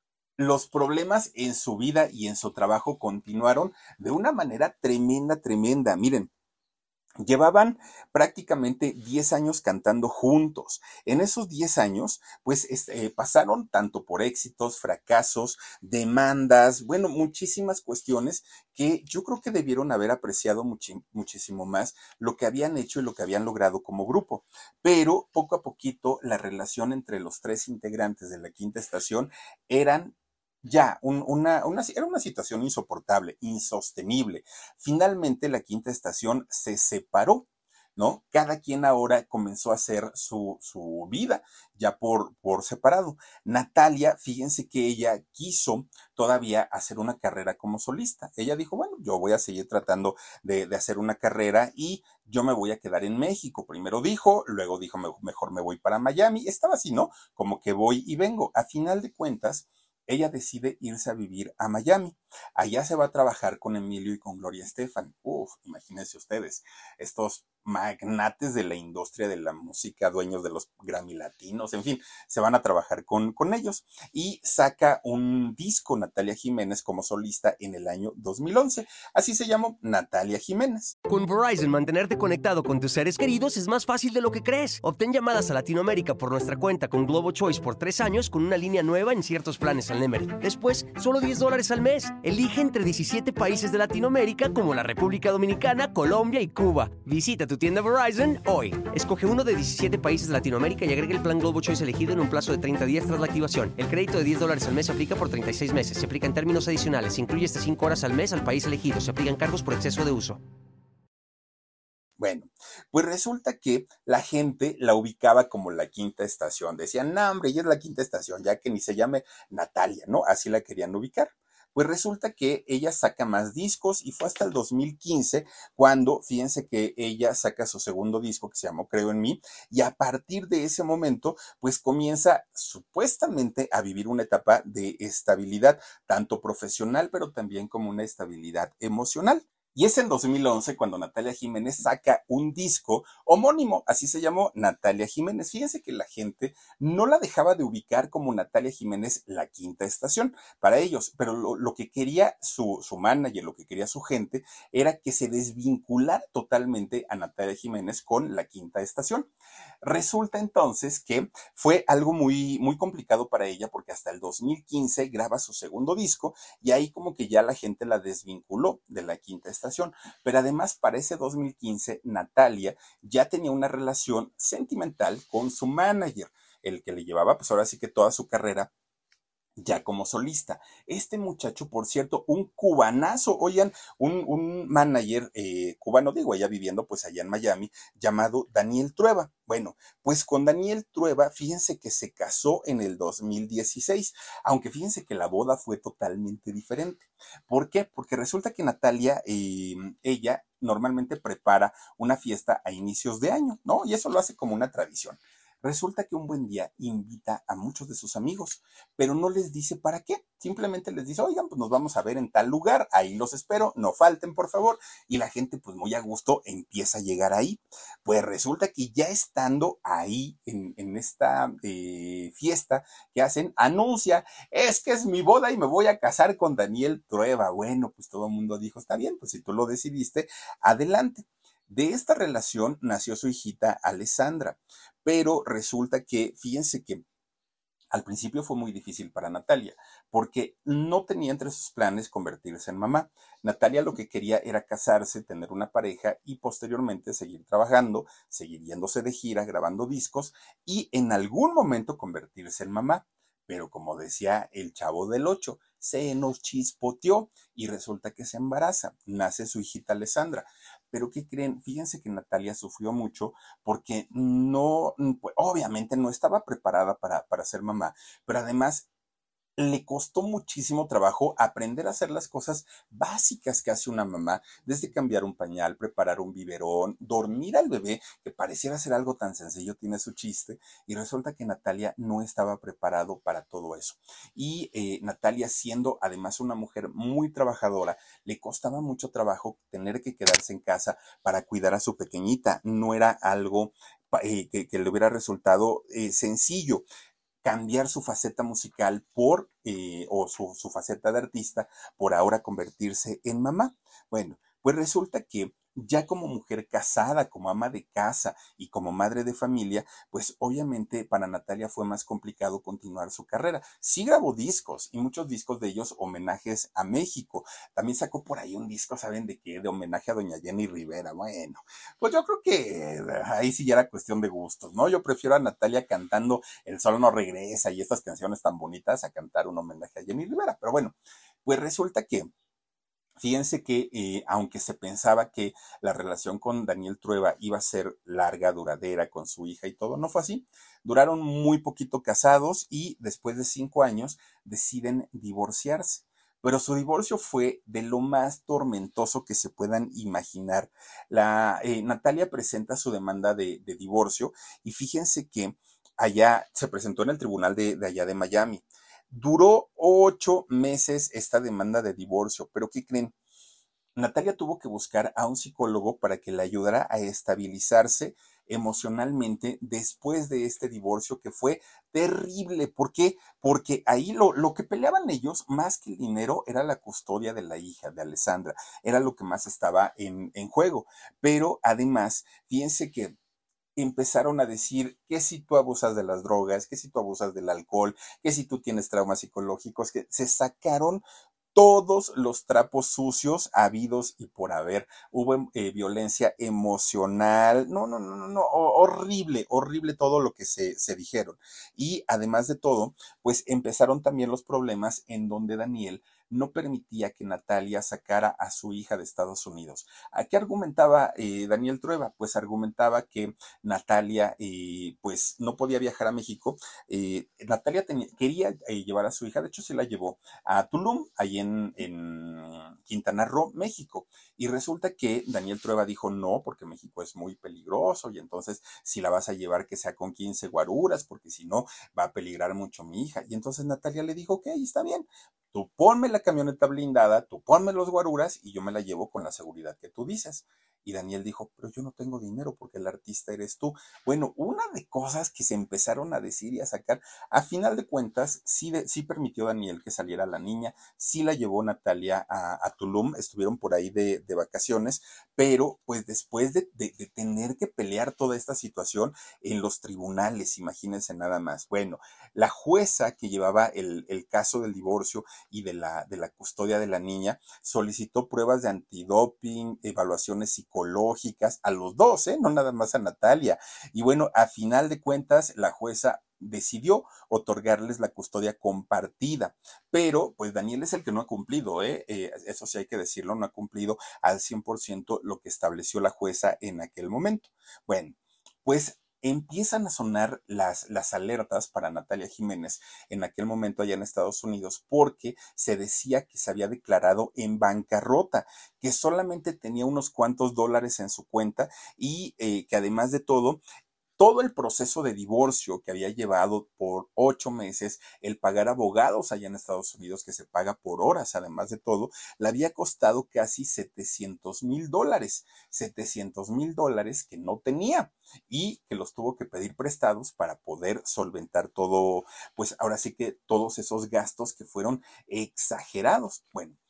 los problemas en su vida y en su trabajo continuaron de una manera tremenda, tremenda. Miren, llevaban prácticamente diez años cantando juntos. En esos diez años, pues este, eh, pasaron tanto por éxitos, fracasos, demandas, bueno, muchísimas cuestiones que yo creo que debieron haber apreciado muchi- muchísimo más lo que habían hecho y lo que habían logrado como grupo. Pero poco a poquito la relación entre los tres integrantes de la Quinta Estación eran ya, un- una, una, era una situación insoportable, insostenible. Finalmente la Quinta Estación se separó, ¿no? Cada quien ahora comenzó a hacer su, su vida ya por, por separado. Natalia, fíjense que ella quiso todavía hacer una carrera como solista. Ella dijo, bueno, yo voy a seguir tratando de, de hacer una carrera y yo me voy a quedar en México. Primero dijo, luego dijo, "Me- mejor me voy para Miami". Estaba así, ¿no? Como que voy y vengo. A final de cuentas, ella decide irse a vivir a Miami. Allá se va a trabajar con Emilio y con Gloria Estefan. Uf, imagínense ustedes, estos magnates de la industria de la música, dueños de los Grammy Latinos, en fin, se van a trabajar con, con ellos. Y saca un disco Natalia Jiménez como solista en el año dos mil once. Así se llamó, Natalia Jiménez. Con Verizon, mantenerte conectado con tus seres queridos es más fácil de lo que crees. Obtén llamadas a Latinoamérica por nuestra cuenta con Globo Choice por tres años con una línea nueva en ciertos planes al Nemery. Después, solo diez dólares al mes. Elige entre diecisiete países de Latinoamérica como la República Dominicana, Colombia y Cuba. Visita tu tienda Verizon hoy. Escoge uno de diecisiete países de Latinoamérica y agrega el plan Globo Choice elegido en un plazo de treinta días tras la activación. El crédito de diez dólares al mes se aplica por treinta y seis meses. Se aplica en términos adicionales. Se incluye hasta cinco horas al mes al país elegido. Se aplican cargos por exceso de uso. Bueno, pues resulta que la gente la ubicaba como la Quinta Estación. Decían, no, hombre, ella es la Quinta Estación, ya que ni se llame Natalia, ¿no? Así la querían ubicar. Pues resulta que ella saca más discos y fue hasta el dos mil quince cuando, fíjense que ella saca su segundo disco que se llamó Creo en mí, y a partir de ese momento, pues comienza supuestamente a vivir una etapa de estabilidad, tanto profesional, pero también como una estabilidad emocional. Y es en dos mil once cuando Natalia Jiménez saca un disco homónimo, así se llamó, Natalia Jiménez. Fíjense que la gente no la dejaba de ubicar como Natalia Jiménez, la Quinta Estación, para ellos, pero lo, lo que quería su, su manager, lo que quería su gente, era que se desvinculara totalmente a Natalia Jiménez con la Quinta Estación. Resulta entonces que fue algo muy, muy complicado para ella porque hasta el dos mil quince graba su segundo disco y ahí como que ya la gente la desvinculó de la Quinta Estación. Pero además para ese dos mil quince Natalia ya tenía una relación sentimental con su manager, el que le llevaba pues ahora sí que toda su carrera ya como solista. Este muchacho, por cierto, un cubanazo, oigan, un, un manager eh, cubano, digo, allá viviendo pues allá en Miami, llamado Daniel Trueba. Bueno, pues con Daniel Trueba, fíjense que se casó en el dos mil dieciséis, aunque fíjense que la boda fue totalmente diferente. ¿Por qué? Porque resulta que Natalia, eh, ella normalmente prepara una fiesta a inicios de año, ¿no? Y eso lo hace como una tradición. Resulta que un buen día invita a muchos de sus amigos, pero no les dice para qué. Simplemente les dice, oigan, pues nos vamos a ver en tal lugar, ahí los espero, no falten, por favor. Y la gente, pues muy a gusto, empieza a llegar ahí. Pues resulta que ya estando ahí en, en esta eh, fiesta que hacen, anuncia, es que es mi boda y me voy a casar con Daniel Trueba. Bueno, pues todo el mundo dijo, está bien, pues si tú lo decidiste, adelante. De esta relación nació su hijita Alessandra, pero resulta que, fíjense que al principio fue muy difícil para Natalia, porque no tenía entre sus planes convertirse en mamá. Natalia lo que quería era casarse, tener una pareja y posteriormente seguir trabajando, seguir yéndose de gira, grabando discos y en algún momento convertirse en mamá. Pero como decía el Chavo del Ocho, se nos chispoteó y resulta que se embaraza. Nace su hijita Alessandra. Pero ¿qué creen? Fíjense que Natalia sufrió mucho porque no, pues, obviamente no estaba preparada para, para ser mamá, pero además le costó muchísimo trabajo aprender a hacer las cosas básicas que hace una mamá, desde cambiar un pañal, preparar un biberón, dormir al bebé, que pareciera ser algo tan sencillo, tiene su chiste, y resulta que Natalia no estaba preparado para todo eso. Y eh, Natalia, siendo además una mujer muy trabajadora, le costaba mucho trabajo tener que quedarse en casa para cuidar a su pequeñita. No era algo eh, que, que le hubiera resultado eh, sencillo cambiar su faceta musical por, eh, o su, su faceta de artista, por ahora convertirse en mamá. Bueno, pues resulta que ya como mujer casada, como ama de casa y como madre de familia, pues obviamente para Natalia fue más complicado continuar su carrera. Sí grabó discos y muchos discos de ellos homenajes a México. También sacó por ahí un disco, ¿saben de qué? De homenaje a doña Jenny Rivera. Bueno, pues yo creo que eh, ahí sí ya era cuestión de gustos, ¿no? Yo prefiero a Natalia cantando El sol no regresa y estas canciones tan bonitas a cantar un homenaje a Jenny Rivera. Pero bueno, pues resulta que fíjense que eh, aunque se pensaba que la relación con Daniel Trueba iba a ser larga, duradera, con su hija y todo, no fue así. Duraron muy poquito casados y después de cinco años deciden divorciarse. Pero su divorcio fue de lo más tormentoso que se puedan imaginar. La, eh, Natalia presenta su demanda de, de divorcio y fíjense que allá se presentó en el tribunal de, de allá de Miami. Duró ocho meses esta demanda de divorcio, pero ¿qué creen? Natalia tuvo que buscar a un psicólogo para que le ayudara a estabilizarse emocionalmente después de este divorcio que fue terrible. ¿Por qué? Porque ahí lo, lo que peleaban ellos, más que el dinero, era la custodia de la hija de Alessandra, era lo que más estaba en, en juego. Pero además, fíjense que empezaron a decir que si tú abusas de las drogas, que si tú abusas del alcohol, que si tú tienes traumas psicológicos, que se sacaron todos los trapos sucios habidos y por haber. Hubo eh, violencia emocional, no, no, no, no, no, horrible, horrible todo lo que se, se dijeron. Y además de todo, pues empezaron también los problemas en donde Daniel no permitía que Natalia sacara a su hija de Estados Unidos. ¿A qué argumentaba eh, Daniel Trueba? Pues argumentaba que Natalia eh, pues no podía viajar a México. Eh, Natalia tenía, quería eh, llevar a su hija, de hecho se la llevó a Tulum, ahí en, en Quintana Roo, México. Y resulta que Daniel Trueba dijo no, porque México es muy peligroso y entonces si la vas a llevar que sea con quince guaruras, porque si no va a peligrar mucho mi hija. Y entonces Natalia le dijo, ok, está bien, tú ponme la camioneta blindada, tú ponme los guaruras y yo me la llevo con la seguridad que tú dices. Y Daniel dijo, pero yo no tengo dinero porque el artista eres tú. Bueno, una de cosas que se empezaron a decir y a sacar, a final de cuentas, sí, de, sí permitió Daniel que saliera la niña, sí la llevó Natalia a, a Tulum, estuvieron por ahí de, de vacaciones, pero pues después de, de, de tener que pelear toda esta situación en los tribunales, imagínense nada más. Bueno, la jueza que llevaba el, el caso del divorcio y de la, de la custodia de la niña solicitó pruebas de antidoping, evaluaciones psicológicas, psicológicas a los dos, ¿eh? No nada más a Natalia. Y bueno, a final de cuentas, la jueza decidió otorgarles la custodia compartida, pero pues Daniel es el que no ha cumplido, ¿eh? Eh, eso sí hay que decirlo, no ha cumplido al cien por ciento lo que estableció la jueza en aquel momento. Bueno, pues empiezan a sonar las, las alertas para Natalia Jiménez en aquel momento allá en Estados Unidos porque se decía que se había declarado en bancarrota, que solamente tenía unos cuantos dólares en su cuenta y eh, que además de todo todo el proceso de divorcio que había llevado por ocho meses, el pagar abogados allá en Estados Unidos, que se paga por horas, además de todo, le había costado casi setecientos mil dólares, setecientos mil dólares que no tenía y que los tuvo que pedir prestados para poder solventar todo, pues ahora sí que todos esos gastos que fueron exagerados. Bueno,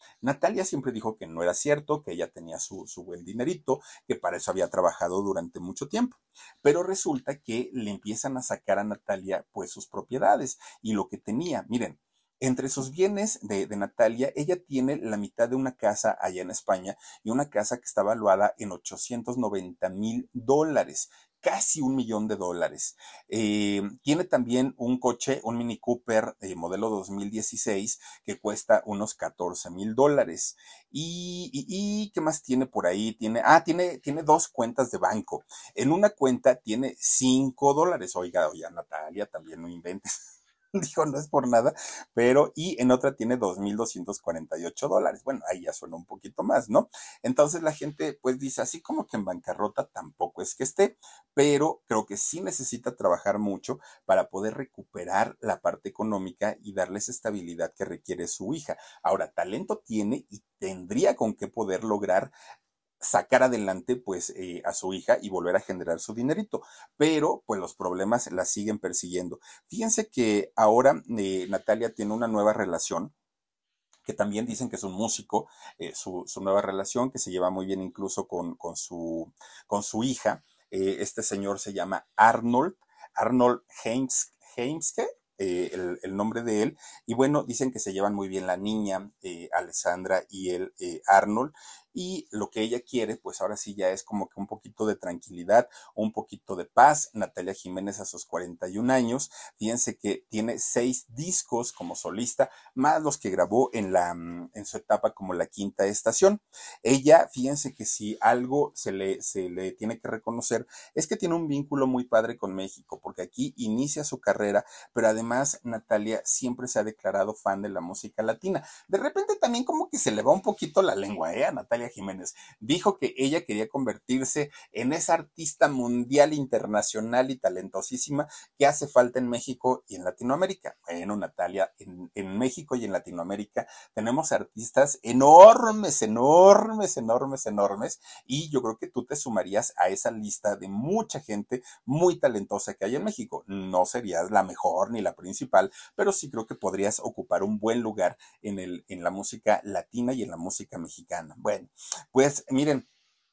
Natalia siempre dijo que no era cierto, que ella tenía su, su buen dinerito, que para eso había trabajado durante mucho tiempo. Pero resulta que le empiezan a sacar a Natalia pues sus propiedades y lo que tenía. Miren, entre sus bienes de, de Natalia, ella tiene la mitad de una casa allá en España y una casa que está valuada en ochocientos noventa mil dólares. Casi un millón de dólares. Eh, tiene también un coche, un Mini Cooper eh, modelo dos mil dieciséis que cuesta unos catorce mil dólares. Y, y, y, ¿qué más tiene por ahí? Tiene, ah, tiene, tiene dos cuentas de banco. En una cuenta tiene cinco dólares. Oiga, oiga, Natalia, también no inventes. Dijo, no es por nada, pero y en otra tiene dos mil doscientos cuarenta y ocho dólares. Bueno, ahí ya suena un poquito más, ¿no? Entonces la gente pues dice, así como que en bancarrota tampoco es que esté, pero creo que sí necesita trabajar mucho para poder recuperar la parte económica y darles estabilidad que requiere su hija. Ahora, talento tiene y tendría con qué poder lograr sacar adelante pues eh, a su hija y volver a generar su dinerito, pero pues los problemas la siguen persiguiendo. Fíjense que ahora eh, Natalia tiene una nueva relación, que también dicen que es un músico, eh, su, su nueva relación, que se lleva muy bien incluso con, con, su, con su hija. Eh, este señor se llama Arnold, Arnold Heims, Heimske, eh, el, el nombre de él, y bueno, dicen que se llevan muy bien la niña, eh, Alessandra y el eh, Arnold, y lo que ella quiere, pues ahora sí ya es como que un poquito de tranquilidad, un poquito de paz. Natalia Jiménez a sus cuarenta y un años, fíjense que tiene seis discos como solista, más los que grabó en, la, en su etapa como La Quinta Estación. Ella, fíjense que si algo se le, se le tiene que reconocer, es que tiene un vínculo muy padre con México, porque aquí inicia su carrera, pero además Natalia siempre se ha declarado fan de la música latina. De repente también como que se le va un poquito la lengua, ¿eh? A Natalia Jiménez. Dijo que ella quería convertirse en esa artista mundial, internacional y talentosísima que hace falta en México y en Latinoamérica. Bueno, Natalia, en, en México y en Latinoamérica tenemos artistas enormes, enormes, enormes, enormes, y yo creo que tú te sumarías a esa lista de mucha gente muy talentosa que hay en México. No serías la mejor ni la principal, pero sí creo que podrías ocupar un buen lugar en, el, en la música latina y en la música mexicana. Bueno, pues miren,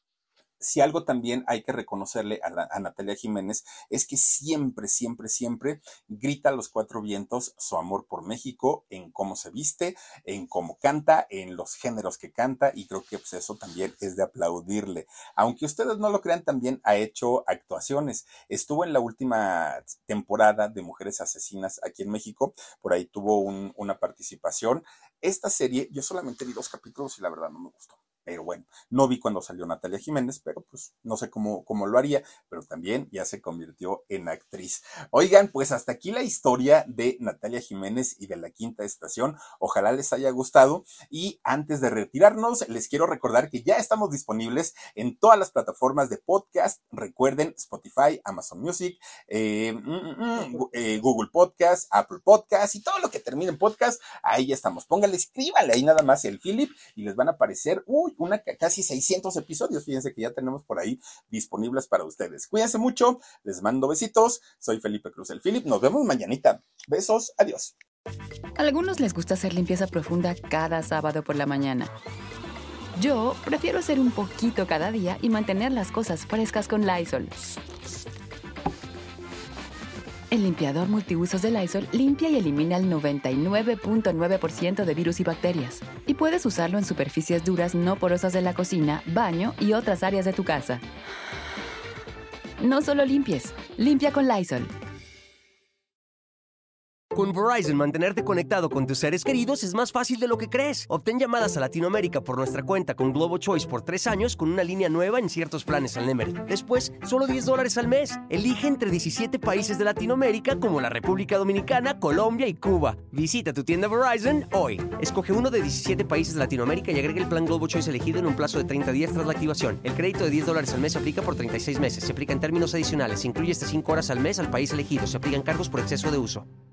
si algo también hay que reconocerle a, la, a Natalia Jiménez es que siempre, siempre, siempre grita a los cuatro vientos su amor por México en cómo se viste, en cómo canta, en los géneros que canta, y creo que pues, eso también es de aplaudirle. Aunque ustedes no lo crean, también ha hecho actuaciones. Estuvo en la última temporada de Mujeres Asesinas aquí en México, por ahí tuvo un, una participación. Esta serie, yo solamente vi dos capítulos y la verdad no me gustó. Pero bueno, no vi cuando salió Natalia Jiménez, pero pues no sé cómo, cómo lo haría, pero también ya se convirtió en actriz. Oigan, pues hasta aquí la historia de Natalia Jiménez y de La Quinta Estación. Ojalá les haya gustado, y antes de retirarnos, les quiero recordar que ya estamos disponibles en todas las plataformas de podcast. Recuerden, Spotify, Amazon Music, eh, mm, mm, eh, Google Podcast, Apple Podcast y todo lo que termine en podcast, ahí ya estamos. Póngale, escríbale ahí nada más el Philip y les van a aparecer, uy, una casi seiscientos episodios, fíjense que ya tenemos por ahí disponibles para ustedes. Cuídense mucho, les mando besitos, soy Felipe Cruz el Philip, nos vemos mañanita. Besos, adiós. A algunos les gusta hacer limpieza profunda cada sábado por la mañana. Yo prefiero hacer un poquito cada día y mantener las cosas frescas con Lysol. El limpiador multiusos de Lysol limpia y elimina el noventa y nueve punto nueve por ciento de virus y bacterias. Y puedes usarlo en superficies duras no porosas de la cocina, baño y otras áreas de tu casa. No solo limpies, limpia con Lysol. Con Verizon, mantenerte conectado con tus seres queridos es más fácil de lo que crees. Obtén llamadas a Latinoamérica por nuestra cuenta con Globo Choice por tres años con una línea nueva en ciertos planes al Nemery. Después, solo diez dólares al mes. Elige entre diecisiete países de Latinoamérica como la República Dominicana, Colombia y Cuba. Visita tu tienda Verizon hoy. Escoge uno de diecisiete países de Latinoamérica y agrega el plan Globo Choice elegido en un plazo de treinta días tras la activación. El crédito de diez dólares al mes se aplica por treinta y seis meses. Se aplica en términos adicionales. Se incluye hasta cinco horas al mes al país elegido. Se aplican cargos por exceso de uso.